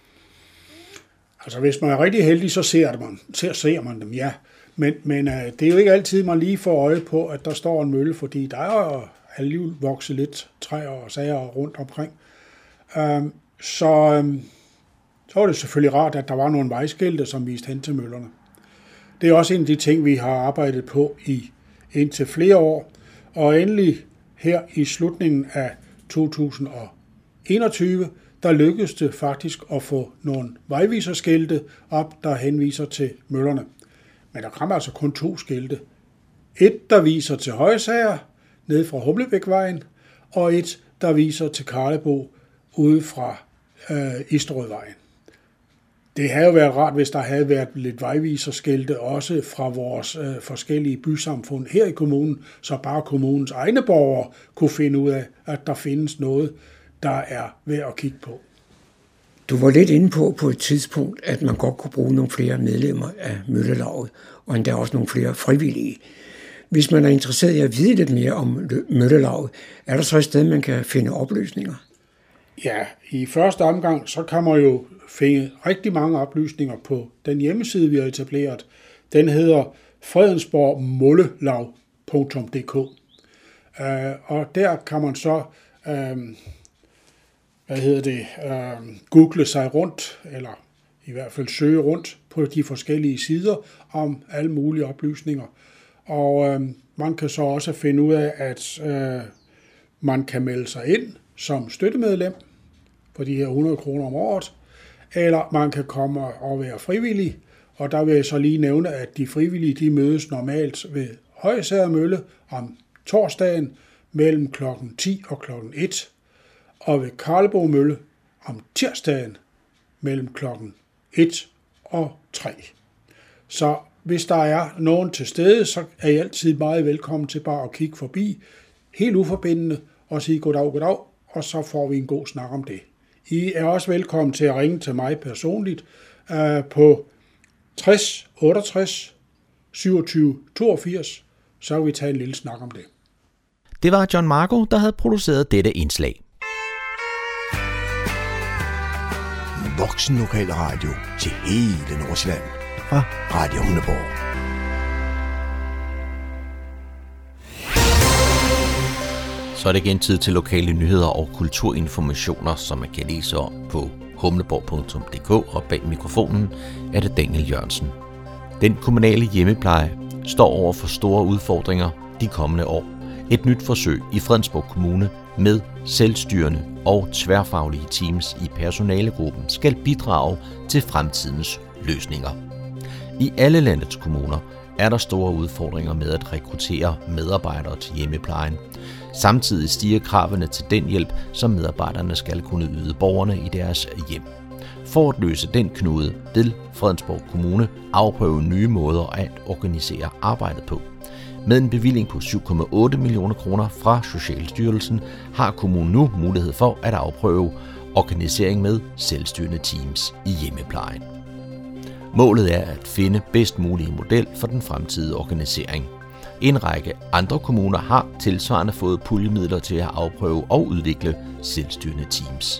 Altså hvis man er rigtig heldig, så ser man, ser, ser man dem, ja. Men, men øh, det er jo ikke altid, man lige får øje på, at der står en mølle, fordi der er jo alligevel vokset lidt træer og sager rundt omkring. Øhm, så, øhm, så var det selvfølgelig rart, at der var nogle vejskilte, som viste hen til møllerne. Det er også en af de ting, vi har arbejdet på i indtil flere år. Og endelig her i slutningen af to tusind og enogtyve, der lykkedes det faktisk at få nogle vejviserskilte op, der henviser til møllerne. Men der kommer altså kun to skilte. Et, der viser til Højsager, nede fra Humlebækvejen, og et, der viser til Karlebo, ude fra øh, Isterødvejen. Det havde jo været rart, hvis der havde været lidt vejviserskilte, også fra vores øh, forskellige bysamfund her i kommunen, så bare kommunens egne borgere kunne finde ud af, at der findes noget, der er værd at kigge på. Du var lidt inde på på et tidspunkt, at man godt kunne bruge nogle flere medlemmer af møllelaget, og endda også nogle flere frivillige. Hvis man er interesseret i at vide lidt mere om møllelaget, er der så et sted, man kan finde oplysninger? Ja, i første omgang, så kan man jo finde rigtig mange oplysninger på den hjemmeside, vi har etableret. Den hedder fredensborg mollelag punktum d k. Uh, og der kan man så uh, hvad hedder det, uh, google sig rundt, eller i hvert fald søge rundt på de forskellige sider om alle mulige oplysninger. Og uh, man kan så også finde ud af, at uh, man kan melde sig ind som støttemedlem for de her hundrede kroner om året, eller man kan komme og være frivillig. Og der vil jeg så lige nævne, at de frivillige de mødes normalt ved Højsager Mølle om torsdagen mellem klokken ti og klokken et, og ved Karlebo Mølle om tirsdagen mellem klokken et og tre. Så hvis der er nogen til stede, så er I altid meget velkommen til bare at kigge forbi, helt uforbindende, og sige goddag, goddag, og så får vi en god snak om det. I er også velkommen til at ringe til mig personligt uh, på tres otteogtres syvogtyve toogfirs, så kan vi tage en lille snak om det. Det var John Marco, der havde produceret dette indslag. Voksen lokal radio til hele Nordsjælland fra Radio Humleborg. Så er det igen tid til lokale nyheder og kulturinformationer, som man kan læse om på humleborg punktum d k, og bag mikrofonen er det Daniel Jørgensen. Den kommunale hjemmepleje står over for store udfordringer de kommende år. Et nyt forsøg i Fredensborg Kommune med selvstyrende og tværfaglige teams i personalegruppen skal bidrage til fremtidens løsninger. I alle landets kommuner er der store udfordringer med at rekruttere medarbejdere til hjemmeplejen. Samtidig stiger kravene til den hjælp, som medarbejderne skal kunne yde borgerne i deres hjem. For at løse den knude vil Fredensborg Kommune afprøve nye måder at organisere arbejdet på. Med en bevilling på syv komma otte millioner kroner fra Socialstyrelsen har kommunen nu mulighed for at afprøve organisering med selvstyrende teams i hjemmeplejen. Målet er at finde bedst mulige model for den fremtidige organisering. En række andre kommuner har tilsvarende fået puljemidler til at afprøve og udvikle selvstyrende teams.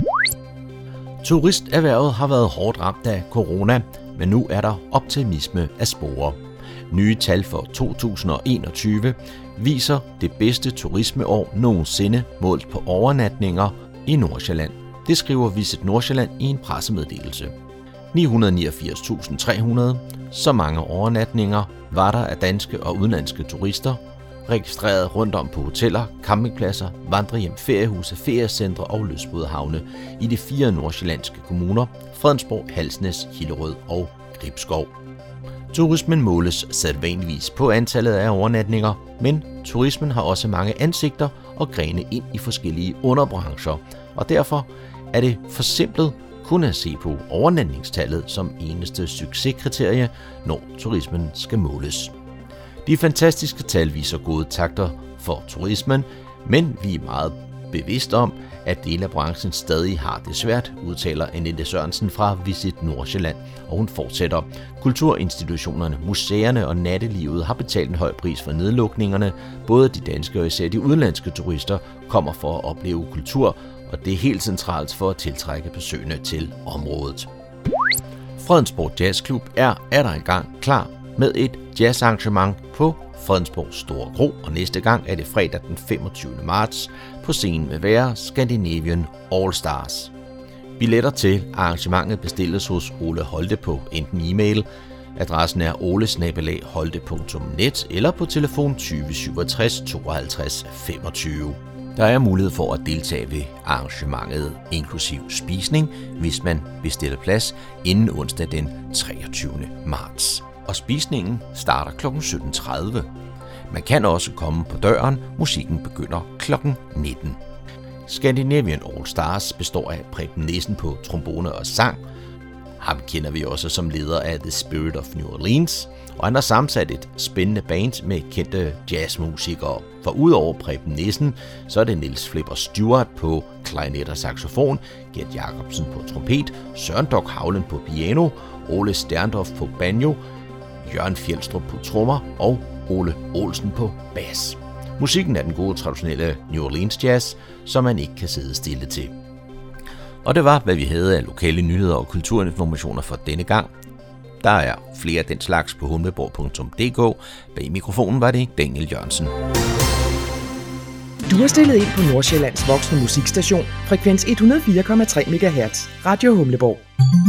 Turisterhvervet har været hårdt ramt af corona, men nu er der optimisme at spore. Nye tal for to tusind og enogtyve viser det bedste turismeår nogensinde målt på overnatninger i Nordsjælland. Det skriver Visit Nordsjælland i en pressemeddelelse. ni hundrede og niogfirs tusind tre hundrede, så mange overnatninger var der af danske og udenlandske turister, registreret rundt om på hoteller, campingpladser, vandrehjem, feriehuse, feriecentre og lystbådehavne i de fire nordsjællandske kommuner, Fredensborg, Halsnæs, Hillerød og Gribskov. Turismen måles sædvanligvis på antallet af overnatninger, men turismen har også mange ansigter og grene ind i forskellige underbrancher, og derfor er det forsimplet kun at se på overnatningstallet som eneste succeskriterie, når turismen skal måles. De fantastiske tal viser gode takter for turismen, men vi er meget bevidst om, at dele af branchen stadig har det svært, udtaler Annette Sørensen fra Visit Nordsjælland, og hun fortsætter. Kulturinstitutionerne, museerne og nattelivet har betalt en høj pris for nedlukningerne. Både de danske og især de udenlandske turister kommer for at opleve kultur, og det er helt centralt for at tiltrække besøgende til området. Fredensborg Jazzklub er atter engang klar med et jazzarrangement på Fredensborg Store Kro, og næste gang er det fredag den femogtyvende marts. På scenen vil være Scandinavian All Stars. Billetter til arrangementet bestilles hos Ole Holte på enten e-mail, adressen er ole bindestreg holte punktum net, eller på telefon tyve syvogtres tooghalvtreds femogtyve. Der er mulighed for at deltage ved arrangementet inklusiv spisning, hvis man bestiller plads inden onsdag den treogtyvende marts. Og spisningen starter klokken sytten tredive. Man kan også komme på døren. Musikken begynder klokken nitten. Scandinavian All Stars består af Preben Nielsen på trombone og sang. Ham kender vi også som leder af The Spirit of New Orleans. og han har sammensat et spændende band med kendte jazzmusikere. For udover Preben Nissen, så er det Niels Flipper Stewart på klarinet og saxofon, Gert Jacobsen på trompet, Søren Dok Havlen på piano, Ole Sterndorf på banjo, Jørgen Fjeldstrup på trommer og Ole Olsen på bas. Musikken er den gode traditionelle New Orleans jazz, som man ikke kan sidde stille til. Og det var, hvad vi havde af lokale nyheder og kulturinformationer for denne gang. Der er flere af den slags på humleborg punktum d k. Bag mikrofonen var det Daniel Jørgensen. Du har stillet ind på Nordsjællands voksne musikstation, frekvens et hundrede og fire komma tre megahertz, Radio Humleborg.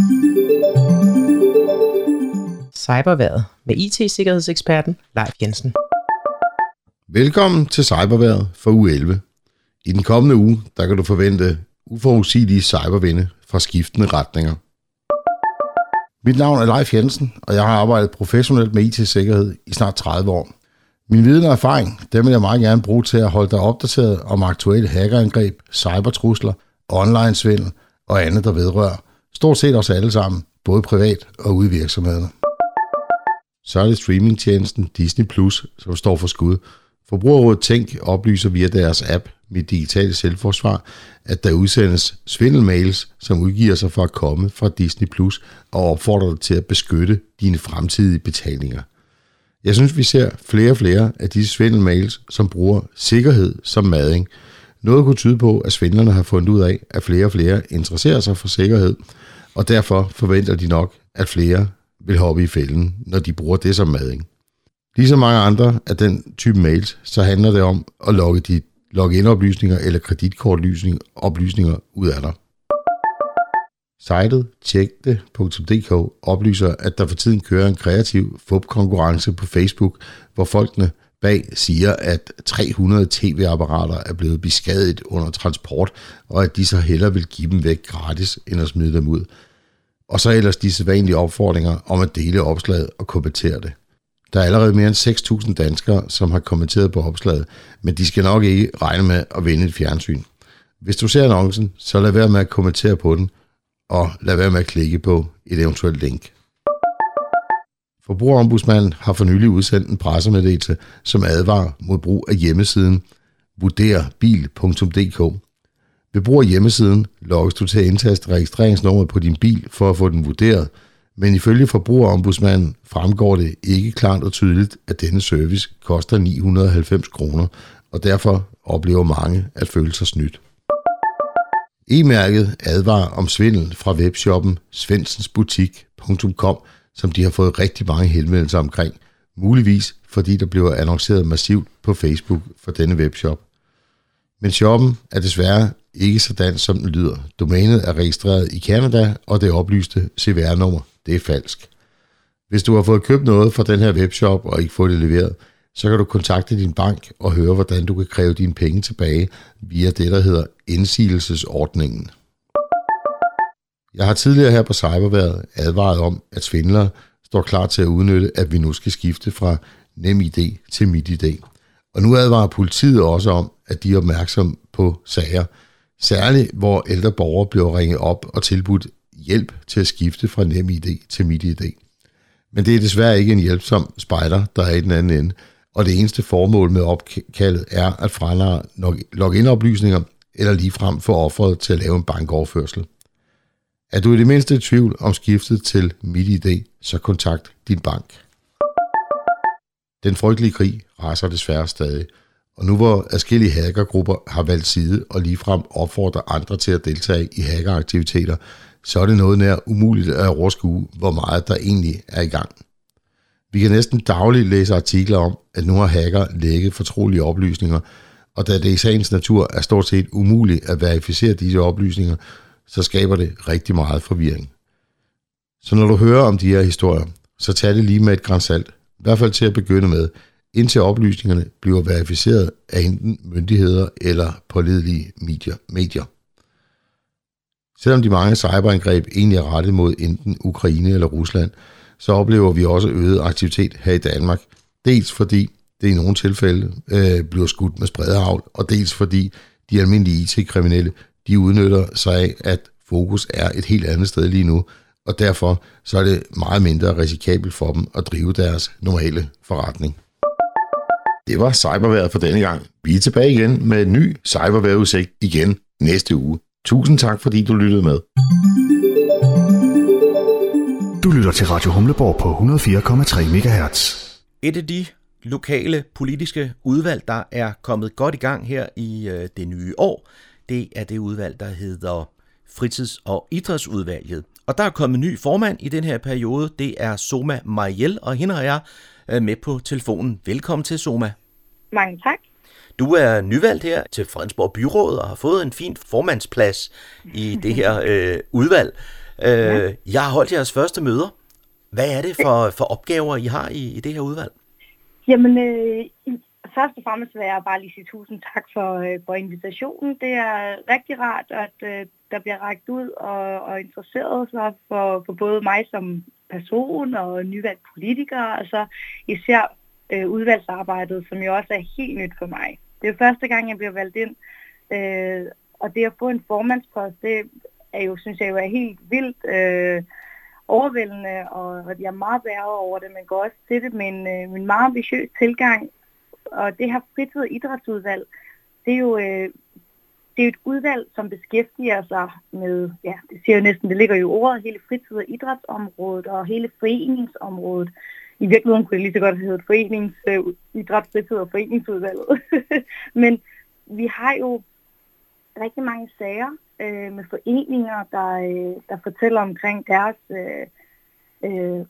Cyberværet med I T-sikkerhedseksperten Leif Jensen. Velkommen til Cyberværet for uge elleve. I den kommende uge, der kan du forvente uforudsigelige cybervinde fra skiftende retninger. Mit navn er Leif Jensen, og jeg har arbejdet professionelt med I T-sikkerhed i snart tredive år. Min viden og erfaring, dem vil jeg meget gerne bruge til at holde dig opdateret om aktuelle hackerangreb, cybertrusler, online-svindel og andet, der vedrører stort set os alle sammen, både privat og ude i virksomhederne. Så er det streamingtjenesten Disney Plus, som står for skud. Forbrugerrådet Tænk oplyser via deres app Mit Digitale Selvforsvar, at der udsendes svindelmails, som udgiver sig for at komme fra Disney Plus og opfordrer dig til at beskytte dine fremtidige betalinger. Jeg synes, vi ser flere og flere af disse svindelmails, som bruger sikkerhed som mading. Noget kunne tyde på, at svindlerne har fundet ud af, at flere og flere interesserer sig for sikkerhed, og derfor forventer de nok, at flere vil hoppe i fælden, når de bruger det som mading. Ligesom mange andre af den type mails, så handler det om at logge de login-oplysninger eller kreditkortoplysninger ud af dig. Sitet tjekte punktum d k oplyser, at der for tiden kører en kreativ fup-konkurrence på Facebook, hvor folkene bag siger, at tre hundrede tv-apparater er blevet beskadiget under transport, og at de så hellere vil give dem væk gratis, end at smide dem ud. Og så ellers de sædvanlige opfordringer om at dele opslaget og kommentere det. Der er allerede mere end seks tusind danskere, som har kommenteret på opslaget, men de skal nok ikke regne med at vinde et fjernsyn. Hvis du ser annoncen, så lad være med at kommentere på den, og lad være med at klikke på et eventuelt link. Forbrugerombudsmanden har for nylig udsendt en pressemeddelelse, som advarer mod brug af hjemmesiden vurderbil punktum d k. Ved brug af hjemmesiden logges du til at indtaste registreringsnummeret på din bil for at få den vurderet, men ifølge Forbrugerombudsmanden fremgår det ikke klart og tydeligt, at denne service koster ni hundrede og halvfems kroner, og derfor oplever mange at føle sig snydt. E-mærket advarer om svindel fra webshoppen svendsensbutik punktum com, som de har fået rigtig mange henvendelser omkring, muligvis fordi der bliver annonceret massivt på Facebook for denne webshop. Men shoppen er desværre ikke så dansk, som den lyder. Domænet er registreret i Canada, og det oplyste C V R-nummer, det er falsk. Hvis du har fået købt noget fra den her webshop og ikke fået det leveret, så kan du kontakte din bank og høre, hvordan du kan kræve dine penge tilbage via det, der hedder indsigelsesordningen. Jeg har tidligere her på Cyberværet advaret om, at svindlere står klar til at udnytte, at vi nu skal skifte fra NemID til MitID. Og nu advarer politiet også om, at de er opmærksom på sager, særligt hvor ældre borgere bliver ringet op og tilbudt hjælp til at skifte fra NemID til MitID. Men det er desværre ikke en hjælpsom spejder, der er i den anden ende, og det eneste formål med opkaldet er at franarre login-oplysninger eller ligefrem få offeret til at lave en bankoverførsel. Er du i det mindste i tvivl om skiftet til MitID, så kontakt din bank. Den frygtelige krig raser desværre stadig, og nu hvor adskillige hackergrupper har valgt side og ligefrem opfordrer andre til at deltage i hackeraktiviteter, så er det noget nær umuligt at overskue, hvor meget der egentlig er i gang. Vi kan næsten dagligt læse artikler om, at nu har hacker lækket fortrolige oplysninger, og da det i sagens natur er stort set umuligt at verificere disse oplysninger, så skaber det rigtig meget forvirring. Så når du hører om de her historier, så tag det lige med et gran salt, i hvert fald til at begynde med, indtil oplysningerne bliver verificeret af enten myndigheder eller pålidelige medier. Selvom de mange cyberangreb egentlig er rettet mod enten Ukraine eller Rusland, så oplever vi også øget aktivitet her i Danmark. Dels fordi det i nogle tilfælde øh, bliver skudt med spredehagl, og dels fordi de almindelige I T-kriminelle, de udnytter sig af, at fokus er et helt andet sted lige nu, og derfor så er det meget mindre risikabelt for dem at drive deres normale forretning. Det var cyberværet for denne gang. Vi er tilbage igen med en ny cyberværetudsigt igen næste uge. Tusind tak, fordi du lyttede med. Du lytter til Radio Humleborg på hundrede og fire komma tre megahertz. Et af de lokale politiske udvalg, der er kommet godt i gang her i øh, det nye år, det er det udvalg, der hedder Fritids- og Idrætsudvalget. Og der er kommet ny formand i den her periode, det er Soma Mariel, og hende har jeg øh, med på telefonen. Velkommen til, Soma. Mange tak. Du er nyvalgt her til Fredensborg Byråd og har fået en fin formandsplads i det her øh, udvalg. Øh, ja. Jeg har holdt jeres første møder. Hvad er det for, for opgaver, I har i, i det her udvalg? Jamen, øh, først og fremmest vil jeg bare lige sige tusind tak for, øh, for invitationen. Det er rigtig rart, at øh, der bliver rækket ud og, og interesseret sig for, for både mig som person og nyvalgt politiker, og så især øh, udvalgsarbejdet, som jo også er helt nyt for mig. Det er jo første gang, jeg bliver valgt ind, øh, og det at få en formandspost, det er jo, synes jeg jo er helt vildt øh, overvældende, og jeg er meget bæret over det, men går også til det med en, øh, en meget ambitiøs tilgang. Og det her fritids- og idrætsudvalg, det er jo øh, det er et udvalg, som beskæftiger sig med, ja, det siger jo næsten, det ligger jo i ordet, hele fritids- og idrætsområdet og hele foreningsområdet. I virkeligheden kunne det lige så godt have heddet forenings, øh, idræts-, fritids- og foreningsudvalget. Men vi har jo rigtig mange sager øh, med foreninger, der, øh, der fortæller omkring deres øh, øh,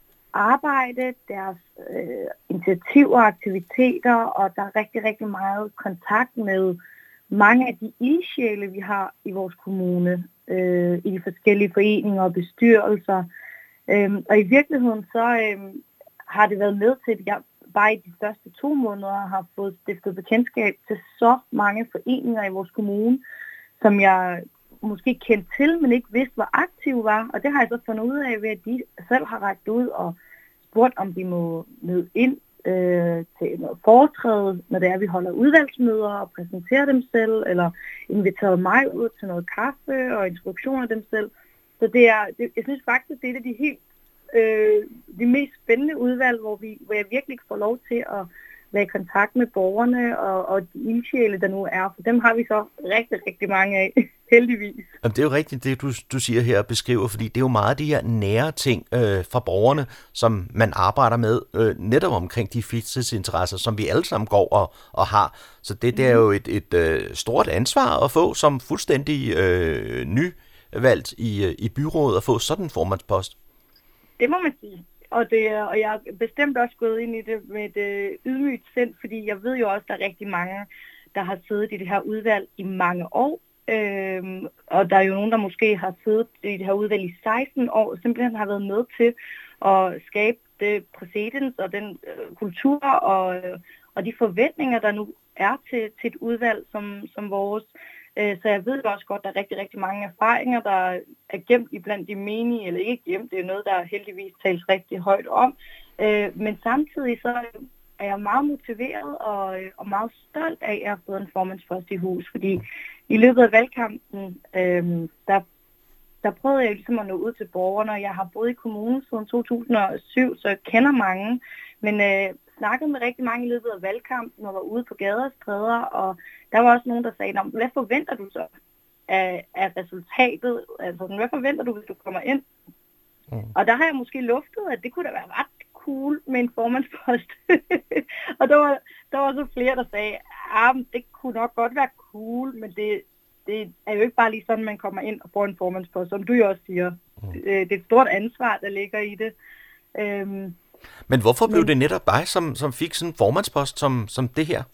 arbejde, deres øh, initiativer og aktiviteter, og der er rigtig, rigtig meget kontakt med mange af de ildsjæle, vi har i vores kommune, øh, i de forskellige foreninger og bestyrelser. Øh, og i virkeligheden så øh, har det været med til, at jeg bare i de første to måneder har fået stiftet bekendtskab til så mange foreninger i vores kommune, som jeg måske kendte til, men ikke vidste, hvor aktive var. Og det har jeg så fundet ud af ved, at de selv har rakt ud og spurgt, om de må møde ind øh, til noget foretræde, når det er, vi holder udvalgsmøder og præsenterer dem selv, eller inviteret mig ud til noget kaffe og introduktion af dem selv. Så det er, det, jeg synes faktisk, det er et af de helt øh, de mest spændende udvalg, hvor, vi, hvor jeg virkelig får lov til at være i kontakt med borgerne og, og de ildsjæle, der nu er. For dem har vi så rigtig, rigtig mange af, heldigvis. Jamen, det er jo rigtigt, det du, du siger her og beskriver, fordi det er jo meget af de her nære ting øh, fra borgerne, som man arbejder med øh, netop omkring de fritidsinteresser, som vi alle sammen går og, og har. Så det, det er jo et, et øh, stort ansvar at få som fuldstændig øh, nyvalgt i, i byrådet at få sådan en formandspost. Det må man sige. Og, det, og jeg er bestemt også gået ind i det med et ydmygt sind, fordi jeg ved jo også, at der er rigtig mange, der har siddet i det her udvalg i mange år. Øhm, og der er jo nogen, der måske har siddet i det her udvalg i seksten år, og simpelthen har været med til at skabe det præcedens og den øh, kultur og, øh, og de forventninger, der nu er til, til et udvalg som, som vores. Øh, så jeg ved også godt, at der er rigtig, rigtig mange erfaringer, der er gemt iblandt de menige, eller ikke gemt. Det er noget, der heldigvis tales rigtig højt om. Øh, men samtidig så er jeg meget motiveret og, og meget stolt af, at jeg har fået en formandspost i hus, fordi i løbet af valgkampen, øh, der, der prøvede jeg ligesom at nå ud til borgerne, og jeg har boet i kommunen siden to tusind og syv, så jeg kender mange, men øh, snakkede med rigtig mange i løbet af valgkampen, og var ude på gader og stræder, og der var også nogen, der sagde, hvad forventer du så af, af resultatet? Altså, hvad forventer du, hvis du kommer ind? Mm. Og der har jeg måske luftet, at det kunne da være ret cool med en formandspost. Og der var, der var så flere, der sagde, at det kunne nok godt være cool, men det, det er jo ikke bare lige sådan, man kommer ind og får en formandspost, som du jo også siger. Mm. Det er et stort ansvar, der ligger i det. Øhm, Men hvorfor blev men, det netop dig, som, som fik sådan en formandspost som, som det her?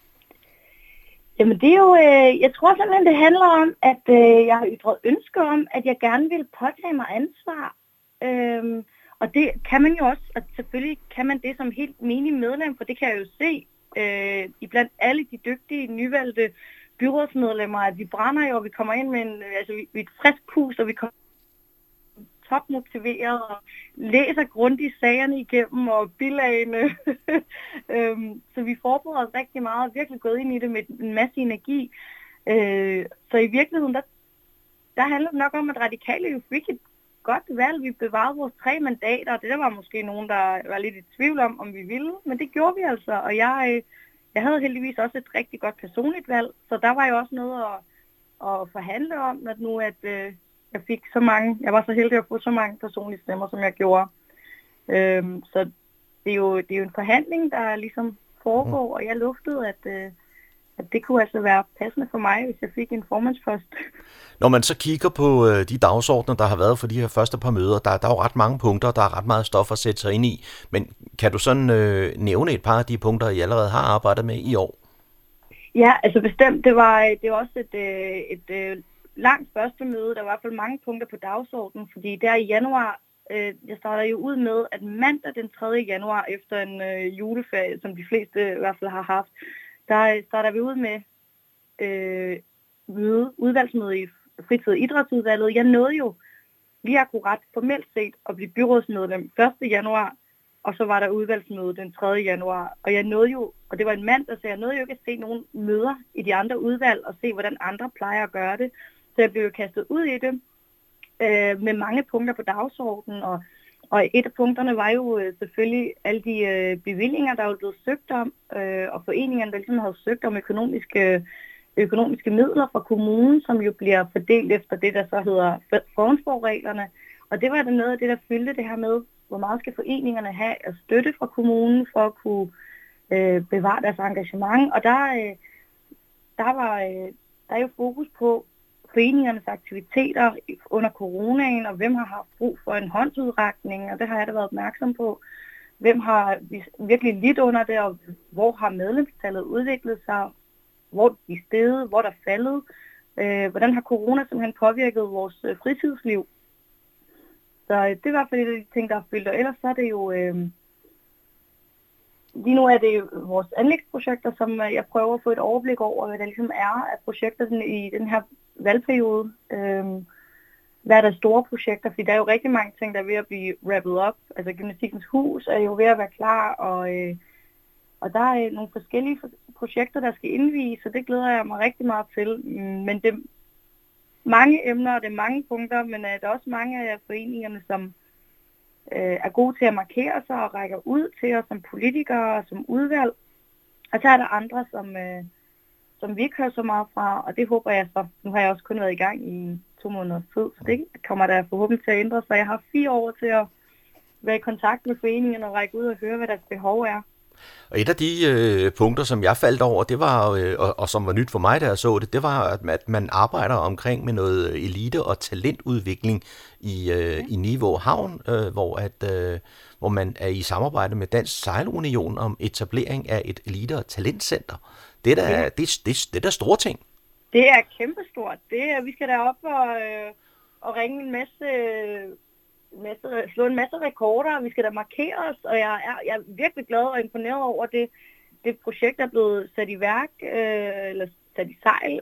Jamen det er jo, øh, jeg tror simpelthen, det handler om, at øh, jeg har ytret ønske om, at jeg gerne vil påtage mig ansvar. Øhm, og det kan man jo også, og selvfølgelig kan man det som helt menig medlem, for det kan jeg jo se øh, iblandt alle de dygtige, nyvalgte byrådsmedlemmer, at vi brænder jo, og vi kommer ind med en, altså, vi, vi er et frisk pus, og vi kommer topmotiveret og læser grundigt sagerne igennem og bilagene. øhm, så vi forbereder os rigtig meget og virkelig gået ind i det med en masse energi. Øh, så i virkeligheden, der, der handler det nok om, at radikale jo fik et godt valg. Vi bevarede vores tre mandater. Det der var måske nogen, der var lidt i tvivl om, om vi ville. Men det gjorde vi altså. Og jeg, øh, jeg havde heldigvis også et rigtig godt personligt valg. Så der var jo også noget at, at forhandle om, at nu at øh, jeg fik så mange, jeg var så heldig at få så mange personlige stemmer, som jeg gjorde. Øhm, så det er, jo, det er jo en forhandling, der ligesom foregår, og jeg luftede, at, øh, at det kunne altså være passende for mig, hvis jeg fik en formandspost. Når man så kigger på øh, de dagsordner, der har været for de her første par møder, der, der er jo ret mange punkter, der er ret meget stof at sætte sig ind i. Men kan du sådan øh, nævne et par af de punkter, I allerede har arbejdet med i år? Ja, altså bestemt. Det var, det var også et, øh, et øh, langt første møde. Der var i hvert fald mange punkter på dagsordenen, fordi der i januar, øh, jeg starter jo ud med, at mandag den tredje januar, efter en øh, juleferie, som de fleste i hvert fald har haft, der starter vi ud med øh, møde, udvalgsmøde i fritid- og idrætsudvalget. Jeg nåede jo lige akkurat formelt set at blive byrådsmedlem første januar, og så var der udvalgsmøde den tredje januar. Og jeg nåede jo, og det var en mandag, så jeg nåede jo ikke at se nogle møder i de andre udvalg, og se, hvordan andre plejer at gøre det. Så jeg blev jo kastet ud i det øh, med mange punkter på dagsordenen, og, og et af punkterne var jo øh, selvfølgelig alle de øh, bevillinger, der var blevet søgt om, øh, og foreningerne, der ligesom havde søgt om økonomiske, økonomiske midler fra kommunen, som jo bliver fordelt efter det, der så hedder forhåndsforreglerne. Og det var da noget af det, der fyldte det her med, hvor meget skal foreningerne have af støtte fra kommunen for at kunne øh, bevare deres engagement. Og der, øh, der var øh, der er jo fokus på foreningernes aktiviteter under coronaen, og hvem har haft brug for en håndsudrækning, og det har jeg da været opmærksom på. Hvem har virkelig lidt under det, og hvor har medlemstallet udviklet sig, hvor de steget, hvor der er faldet, øh, hvordan har corona simpelthen påvirket vores øh, fritidsliv. Så øh, det er i hvert fald et af de ting, der er fyldt, og ellers så er det jo, øh, lige nu er det jo vores anlægsprojekter, som øh, jeg prøver at få et overblik over, hvad der ligesom er af projekter i den her valgperiode. Øh, hvad er der store projekter, fordi der er jo rigtig mange ting, der er ved at blive wrapped up. Altså Gymnastikkens Hus er jo ved at være klar, og, øh, og der er nogle forskellige projekter, der skal indvies, så det glæder jeg mig rigtig meget til. Men det er mange emner, og det er mange punkter, men øh, der er også mange af foreningerne, som øh, er gode til at markere sig og rækker ud til os som politikere og som udvalg. Og så er der andre, som, øh, som vi ikke hører så meget fra, og det håber jeg så. Nu har jeg også kun været i gang i to måneders tid, så det kommer der forhåbentlig til at ændre sig. Jeg har fire år til at være i kontakt med foreningen og række ud og høre, hvad deres behov er. Og et af de øh, punkter, som jeg faldt over, det var, øh, og, og som var nyt for mig, da jeg så det, det var, at, at man arbejder omkring med noget elite- og talentudvikling i, øh, ja. i Nivå Havn, øh, hvor, at, øh, hvor man er i samarbejde med Dansk Sejlunion om etablering af et elite- og talentcenter. Det er da, ja. det, det, det er da store ting. Det er kæmpestort. Det er, vi skal derop og, øh, og ringe en masse... Masse, slå en masse rekorder, og vi skal da markere os, og jeg er, jeg er virkelig glad og imponeret over det, det projekt, der er blevet sat i værk, øh, eller sat i sejl,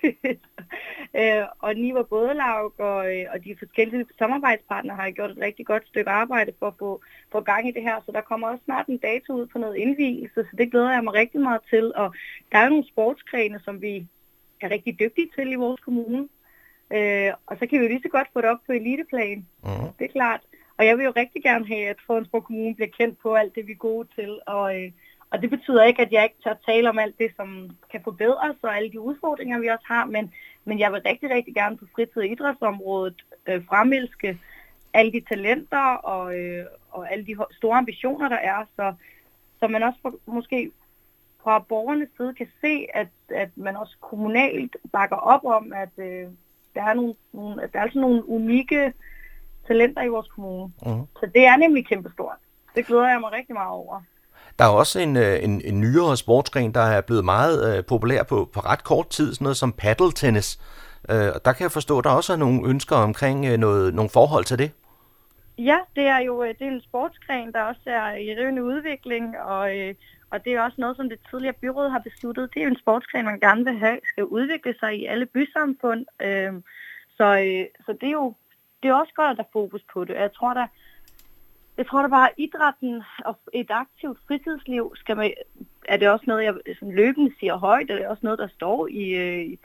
øh, og Niva Bådelaug og, og de forskellige samarbejdspartnere har gjort et rigtig godt stykke arbejde for at få, få gang i det her, så der kommer også snart en dato ud på noget indvielse, så det glæder jeg mig rigtig meget til, og der er jo nogle sportsgrene, som vi er rigtig dygtige til i vores kommune. Øh, og så kan vi jo lige så godt få det op på eliteplan. Uh-huh. Det er klart. Og jeg vil jo rigtig gerne have, at Fredensborg Kommune bliver kendt på alt det, vi er gode til. Og, øh, og det betyder ikke, at jeg ikke tør tale om alt det, som kan forbedres, og alle de udfordringer, vi også har. Men, men jeg vil rigtig, rigtig gerne på fritid- og idrætsområdet øh, fremælske alle de talenter og, øh, og alle de store ambitioner, der er. Så, så man også for, måske fra borgernes side kan se, at, at man også kommunalt bakker op om, at... Øh, Der er, nogle, nogle, der er altså nogle unikke talenter i vores kommune. Uh-huh. Så det er nemlig kæmpestort. Det glæder jeg mig rigtig meget over. Der er også en, en, en nyere sportsgren, der er blevet meget uh, populær på, på ret kort tid, sådan noget som paddeltennis. Uh, der kan jeg forstå, at der også er nogle ønsker omkring uh, noget, nogle forhold til det. Ja, det er jo det er en sportsgren, der også er i rivende udvikling, og, uh, og det er også noget, som det tidligere byråd har besluttet. Det er jo en sportsgren, man gerne vil have, skal udvikle sig i alle bysamfund. Uh, så, uh, så det er jo det er også godt, at der er fokus på det. Jeg tror, der Jeg tror da bare, at idrætten og et aktivt fritidsliv, skal man, er det også noget, jeg sådan løbende siger højt, eller er det også noget, der står i,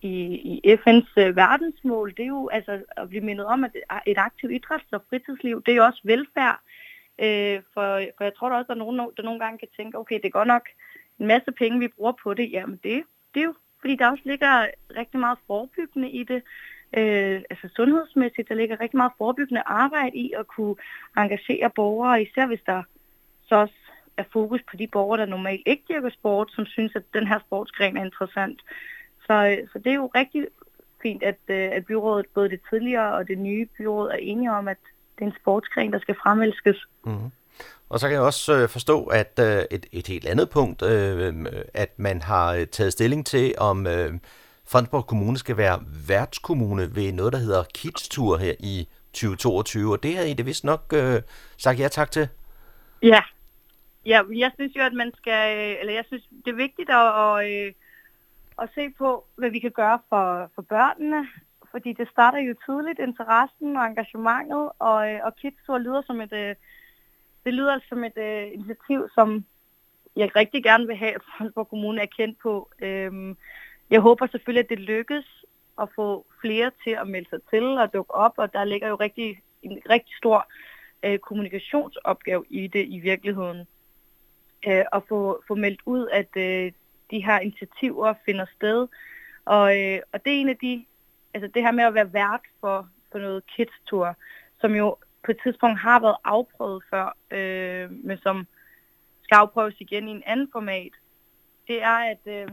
i, i F N's øh, verdensmål, det er jo altså at blive mindet om, at et aktivt idræts- og fritidsliv, det er jo også velfærd. Øh, for, for jeg tror da også, at der er nogen, der nogle gange kan tænke, okay, det er godt nok en masse penge, vi bruger på det. Jamen det, det er jo, fordi der også ligger rigtig meget forebyggende i det. Øh, altså sundhedsmæssigt, der ligger rigtig meget forebyggende arbejde i at kunne engagere borgere, især hvis der så også er fokus på de borgere, der normalt ikke dyrker sport, som synes, at den her sportsgren er interessant. Så, så det er jo rigtig fint, at, at byrådet, både det tidligere og det nye byråd, er enige om, at det er en sportsgren, der skal fremelskes. Mm-hmm. Og så kan jeg også øh, forstå, at øh, et, et helt andet punkt, øh, at man har taget stilling til, om øh, Fredensborg Kommune skal være værtskommune ved noget, der hedder Kids Tour her i tyve toogtyve, og det havde I det vist nok øh, sagt ja tak til. Ja. Ja, jeg synes jo, at man skal, eller jeg synes, det er vigtigt at, at, at se på, hvad vi kan gøre for, for børnene, fordi det starter jo tidligt, interessen og engagementet, og, og Kids Tour lyder som et, det lyder som et uh, initiativ, som jeg rigtig gerne vil have, at Fredensborg Kommune er kendt på. Um, jeg håber selvfølgelig, at det lykkes at få flere til at melde sig til og dukke op, og der ligger jo rigtig, en rigtig stor uh, kommunikationsopgave i det i virkeligheden. Uh, at få, få meldt ud, at uh, de her initiativer finder sted, og, uh, og det er en af de, altså det her med at være vært for, for noget Kids Tour, som jo på et tidspunkt har været afprøvet før, øh, men som skal afprøves igen i en anden format, det er, at øh,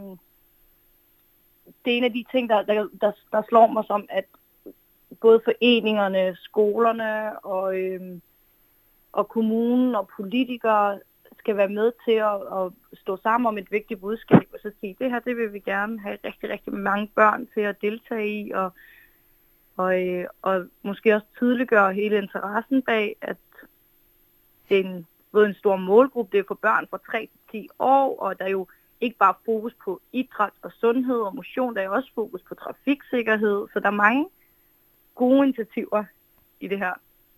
det er en af de ting, der, der, der, der slår mig som, at både foreningerne, skolerne og, øh, og kommunen og politikere skal være med til at, at stå sammen om et vigtigt budskab, og så sige, det her, det vil vi gerne have rigtig, rigtig mange børn til at deltage i, og Og, og måske også tydeliggøre hele interessen bag, at det er en, både en stor målgruppe, det er for børn fra tre til ti år, og der er jo ikke bare fokus på idræt og sundhed og motion, der er også fokus på trafiksikkerhed, så der er mange gode initiativer i det her.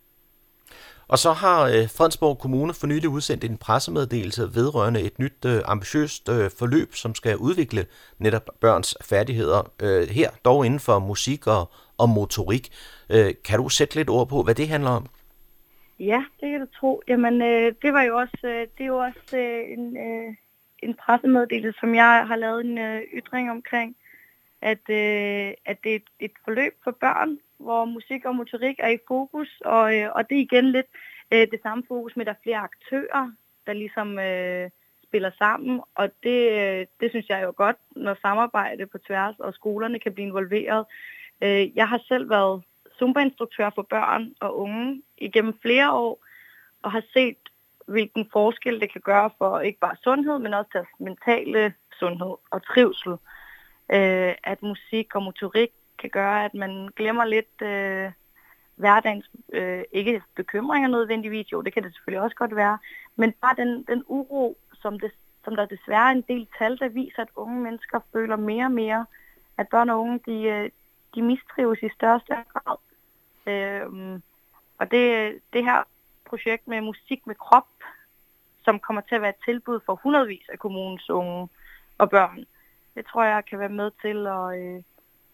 Og så har øh, Fredensborg Kommune for nylig udsendt en pressemeddelelse vedrørende et nyt øh, ambitiøst øh, forløb, som skal udvikle netop børns færdigheder øh, her, dog inden for musik og, og motorik. Øh, kan du sætte lidt ord på, hvad det handler om? Ja, det kan du tro. Jamen, øh, det var jo også, øh, det er jo også øh, en, øh, en pressemeddelelse, som jeg har lavet en øh, ytring omkring, at, øh, at det er et, et forløb for børn, hvor musik og motorik er i fokus, og, øh, og det er igen lidt øh, det samme fokus med, at der er flere aktører, der ligesom øh, spiller sammen, og det, øh, det synes jeg er jo godt, når samarbejde på tværs, og skolerne kan blive involveret. Øh, jeg har selv været Zumba-instruktør for børn og unge igennem flere år, og har set, hvilken forskel det kan gøre for ikke bare sundhed, men også deres mentale sundhed og trivsel. Øh, at musik og motorik kan gøre, at man glemmer lidt øh, hverdagens, øh, ikke bekymringer nødvendigvis, jo, det kan det selvfølgelig også godt være, men bare den, den uro, som, det, som der desværre er en del tal, der viser, at unge mennesker føler mere og mere, at børn og unge, de, de mistrives i større og større grad. Øh, og det, det her projekt med musik med krop, som kommer til at være et tilbud for hundredvis af kommunens unge og børn, det tror jeg kan være med til at, øh,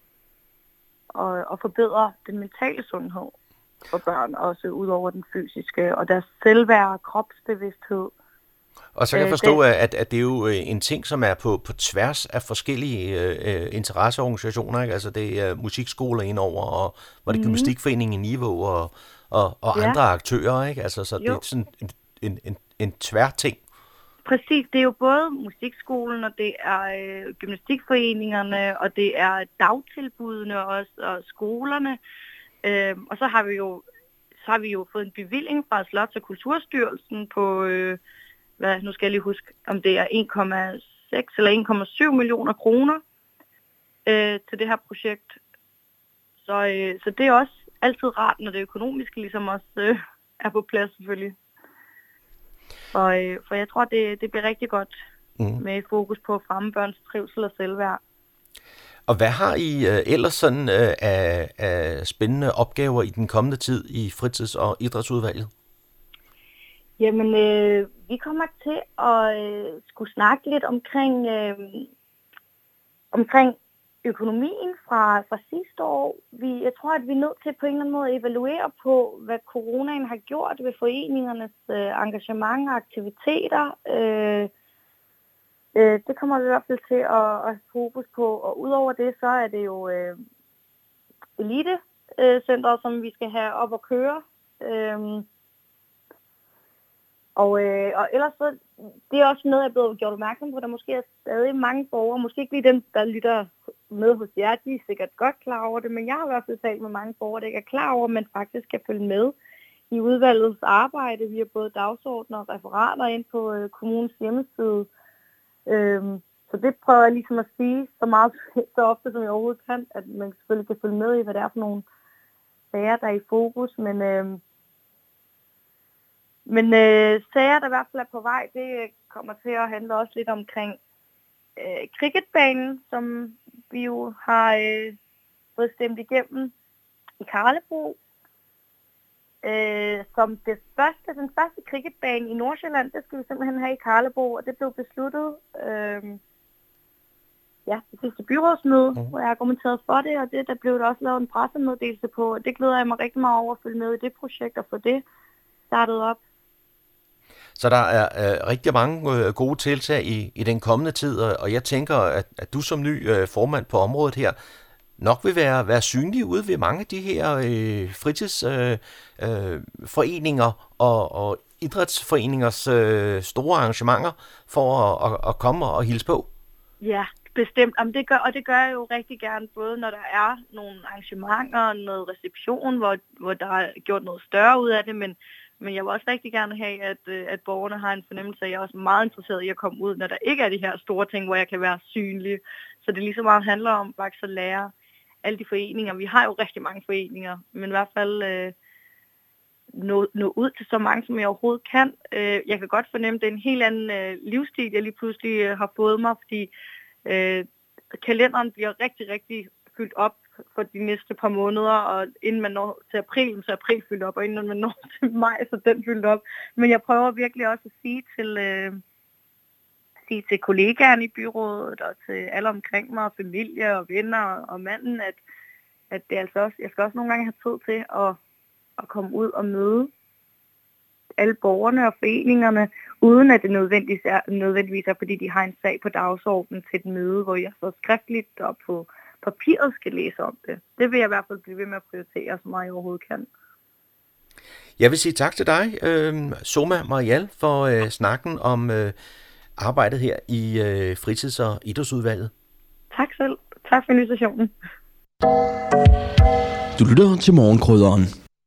at, at forbedre den mentale sundhed for børn, også ud over den fysiske, og deres selvværd og kropsbevidsthed. Og så kan jeg forstå, øh, at, at det er jo en ting, som er på, på tværs af forskellige øh, interesseorganisationer, ikke? Altså det er musikskoler indover, og var det mm. gymnastikforeningen i Niveau, og, og, og ja. andre aktører, ikke? Altså, så jo. Det er sådan en, en, en, en tværting. Præcis, det er jo både musikskolen, og det er øh, gymnastikforeningerne, og det er dagtilbudene også, og skolerne. Øh, og så har vi jo så har vi jo fået en bevilling fra Slots- og Kulturstyrelsen på, øh, hvad, nu skal jeg lige huske, om det er en komma seks eller en komma syv millioner kroner øh, til det her projekt. Så, øh, så det er også altid rart, når det økonomiske ligesom også øh, er på plads selvfølgelig. Og, øh, for jeg tror, det, det bliver rigtig godt mm. med fokus på at fremme børns trivsel og selvværd. Og hvad har I øh, ellers sådan øh, af, af spændende opgaver i den kommende tid i fritids- og idrætsudvalget? Jamen, øh, vi kommer til at øh, skulle snakke lidt omkring, øh, omkring økonomien fra, fra sidste år. Vi, jeg tror, at vi er nødt til på en eller anden måde at evaluere på, hvad coronaen har gjort ved foreningernes øh, engagement og aktiviteter. Øh, øh, det kommer vi i hvert fald til at, at have fokus på. Og udover det, så er det jo øh, elitecentret, som vi skal have op at køre. Øh, Og, øh, og ellers så, det er også noget, jeg er blevet gjort opmærksom på. Der måske er stadig mange borgere, måske ikke lige dem, der lytter med hos jer, de er sikkert godt klar over det, men jeg har i hvert fald talt med mange borgere, der ikke er klar over, at man faktisk kan følge med i udvalgets arbejde via både dagsordner og referater ind på øh, kommunens hjemmeside. Øhm, så det prøver jeg ligesom at sige så meget så ofte, som jeg overhovedet kan, at man selvfølgelig kan følge med i, hvad det er for nogle sager, der er i fokus, men... Øh, Men øh, sager, der i hvert fald er på vej, det kommer til at handle også lidt omkring øh, cricketbanen, som vi jo har øh, fået stemt igennem i Karlebro. Øh, som det første, den første cricketbane i Nordsjælland, det skal vi simpelthen have i Karlebro, og det blev besluttet øh, ja, det sidste byrådsmøde, mm. hvor jeg argumenterede for det, og det, der blev der også lavet en pressemeddelelse på, og det glæder jeg mig rigtig meget over at følge med i det projekt og få det startet op. Så der er øh, rigtig mange øh, gode tiltag i, i den kommende tid, og, og jeg tænker, at, at du som ny øh, formand på området her, nok vil være, være synlig ude ved mange af de her øh, fritidsforeninger øh, øh, og, og idrætsforeningers øh, store arrangementer for at, at, at komme og hilse på. Ja, bestemt. Jamen, det gør, og det gør jeg jo rigtig gerne, både når der er nogle arrangementer, noget reception, hvor, hvor der er gjort noget større ud af det, men Men jeg vil også rigtig gerne have, at, at borgerne har en fornemmelse af, at jeg er også meget interesseret i at komme ud, når der ikke er de her store ting, hvor jeg kan være synlig. Så det lige så meget handler om faktisk at lære alle de foreninger. Vi har jo rigtig mange foreninger, men i hvert fald øh, nå, nå ud til så mange, som jeg overhovedet kan. Øh, jeg kan godt fornemme, at det er en helt anden øh, livsstil, jeg lige pludselig øh, har fået mig, fordi øh, kalenderen bliver rigtig, rigtig fyldt op for de næste par måneder, og inden man når til april, så er april fyldt op, og inden man når til maj, så er den fyldt op. Men jeg prøver virkelig også at sige til, øh, sige til kollegaerne i byrådet, og til alle omkring mig, og familie og venner og, og manden, at, at det altså også, jeg skal også nogle gange have tid til at, at komme ud og møde alle borgerne og foreningerne, uden at det nødvendigvis er, nødvendigvis er, fordi de har en sag på dagsordenen til et møde, hvor jeg så skriftligt og på papiret skal læse om det. Det vil jeg i hvert fald blive ved med at prioritere, så meget jeg overhovedet kan. Jeg vil sige tak til dig, øh, Soma Marial, for øh, snakken om øh, arbejdet her i øh, fritids- og idrætsudvalget. Tak selv. Tak for invitationen. Du lytter til Morgenkrydderen.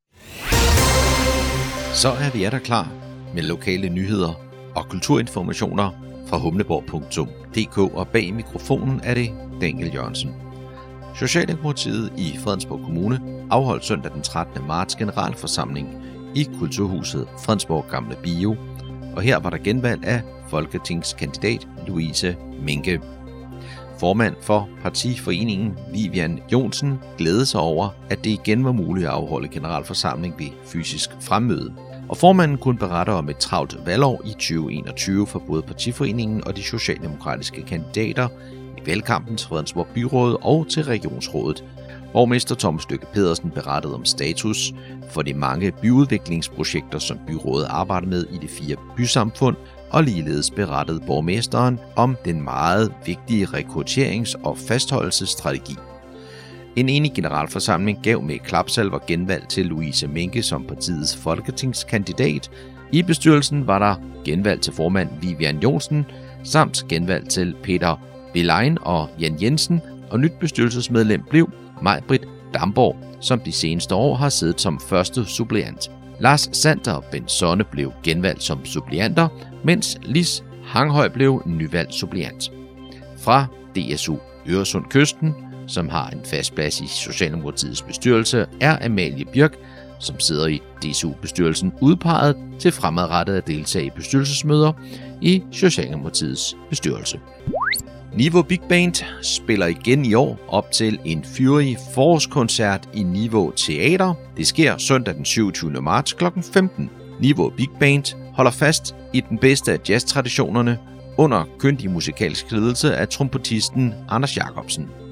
Så er vi er der klar med lokale nyheder og kulturinformationer fra humleborg punktum d k, og bag mikrofonen er det Daniel Jørgensen. Socialdemokratiet i Fredensborg Kommune afholdt søndag den trettende marts generalforsamling i Kulturhuset Fredensborg Gamle Bio, og her var der genvalg af folketingskandidat Louise Minke. Formand for partiforeningen Vivian Jonsen glædede sig over, at det igen var muligt at afholde generalforsamling ved fysisk fremmøde. Og formanden kunne berette om et travlt valgår i tyve enogtyve for både partiforeningen og de socialdemokratiske kandidater i valgkampen til Fredensborg Byråd og til Regionsrådet. Borgmester Thomas Lykke Pedersen berettede om status for de mange byudviklingsprojekter, som byrådet arbejder med i de fire bysamfund, og ligeledes berettede borgmesteren om den meget vigtige rekrutterings- og fastholdelsesstrategi. En enig generalforsamling gav med klapsalver genvalg til Louise Minke som partiets folketingskandidat. I bestyrelsen var der genvalg til formand Vivian Jonsen, samt genvalg til Peter Belein og Jan Jensen, og nyt bestyrelsesmedlem blev Maj-Britt Damborg, som de seneste år har siddet som første suppleant. Lars Sander og Bent Sonne blev genvalgt som suppleanter, mens Lis Hanghøj blev nyvalgt suppleant. Fra D S U Øresund Kysten, som har en fast plads i Socialdemokratiets bestyrelse, er Amalie Birk, som sidder i D S U-bestyrelsen, udpeget til fremadrettet at deltage i bestyrelsesmøder i Socialdemokratiets bestyrelse. Niveau Big Band spiller igen i år op til en fyrig forårskoncert i Niveau Teater. Det sker søndag den syvogtyvende marts klokken femten. Niveau Big Band holder fast i den bedste af jazztraditionerne under kyndig musikalsk ledelse af trompetisten Anders Jacobsen.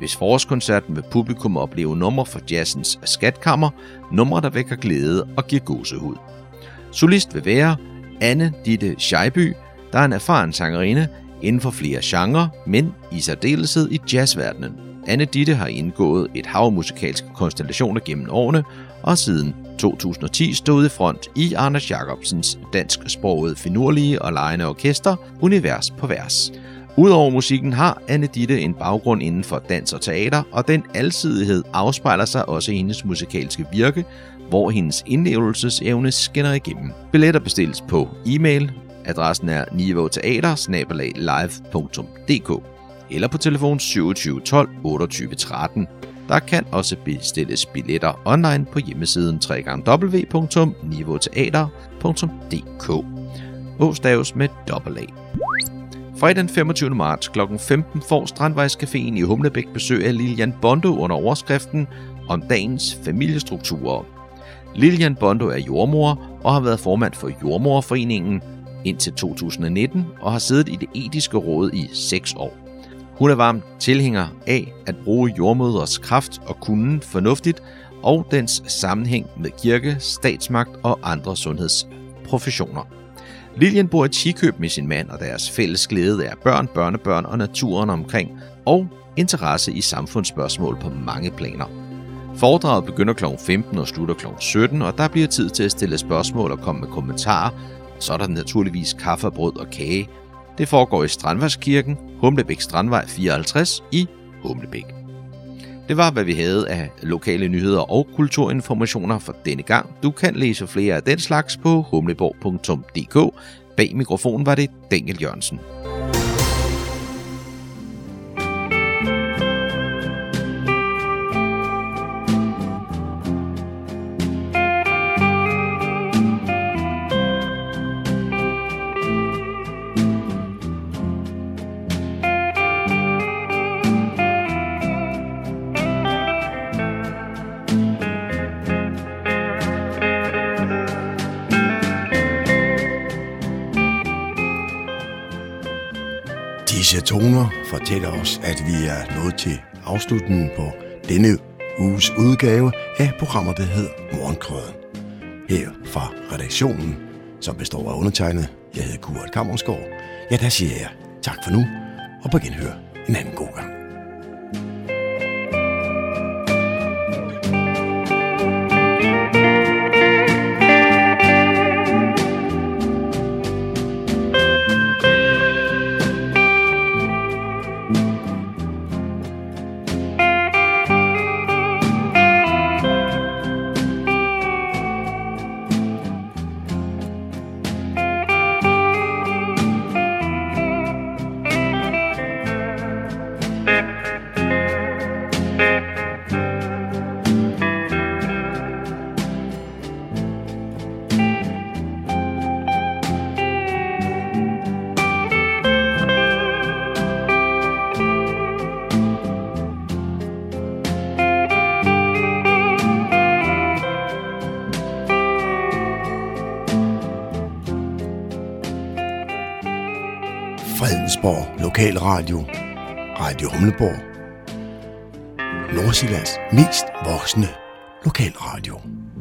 Hvis forårskoncerten vil publikum opleve numre fra jazzens skatkammer, numre der vækker glæde og giver gåsehud. Solist vil være Anne Ditte Scheiby, der er en erfaren sangerinde inden for flere genrer, men i særdeleshed i jazzverdenen. Anne Ditte har indgået et hav af musikalske konstellationer gennem årene, og siden to tusind og ti stod i front i Anders Jacobsens dansksprogede finurlige og legende orkester Univers på vers. Udover musikken har Anne Ditte en baggrund inden for dans og teater, og den alsidighed afspejler sig også i hendes musikalske virke, hvor hendes indlevelsesevne skinner igennem. Billetter bestilles på e-mail. Adressen er niveauteater snabel-a live punktum d k eller på telefon syvogtyve tolv otteogtyve tretten. Der kan også bestilles billetter online på hjemmesiden w w w punktum niveauteater punktum d k. Å staves med dobbelt A. Fredag den femogtyvende marts klokken femten får Strandvejscaféen i Humlebæk besøg af Lilian Bondo under overskriften om dagens familiestrukturer. Lilian Bondo er jordmor og har været formand for Jordmorforeningen indtil to tusind og nitten og har siddet i det etiske råd i seks år. Hun er varm tilhænger af at bruge jordmødres kraft og kunden fornuftigt og dens sammenhæng med kirke, statsmagt og andre sundhedsprofessioner. Lilian bor i Tikøb med sin mand, og deres fælles glæde er børn, børnebørn og naturen omkring, og interesse i samfundsspørgsmål på mange planer. Foredraget begynder klokken femten og slutter klokken sytten, og der bliver tid til at stille spørgsmål og komme med kommentarer. Så er der naturligvis kaffe, brød og kage. Det foregår i Strandvejskirken, Humlebæk Strandvej fireoghalvtreds i Humlebæk. Det var, hvad vi havde af lokale nyheder og kulturinformationer for denne gang. Du kan læse flere af den slags på humleborg punktum d k. Bag mikrofonen var det Daniel Jørgensen. Disse toner fortæller os, at vi er nået til afslutningen på denne uges udgave af programmet, der hedder Morgenkrøden. Her fra redaktionen, som består af undertegnet, jeg hedder Kurt Kammersgaard. Ja, der siger jeg tak for nu, og på genhør en anden god gang. Fredensborg Lokalradio, Radio Humleborg, Nordsjællands mest voksne lokalradio.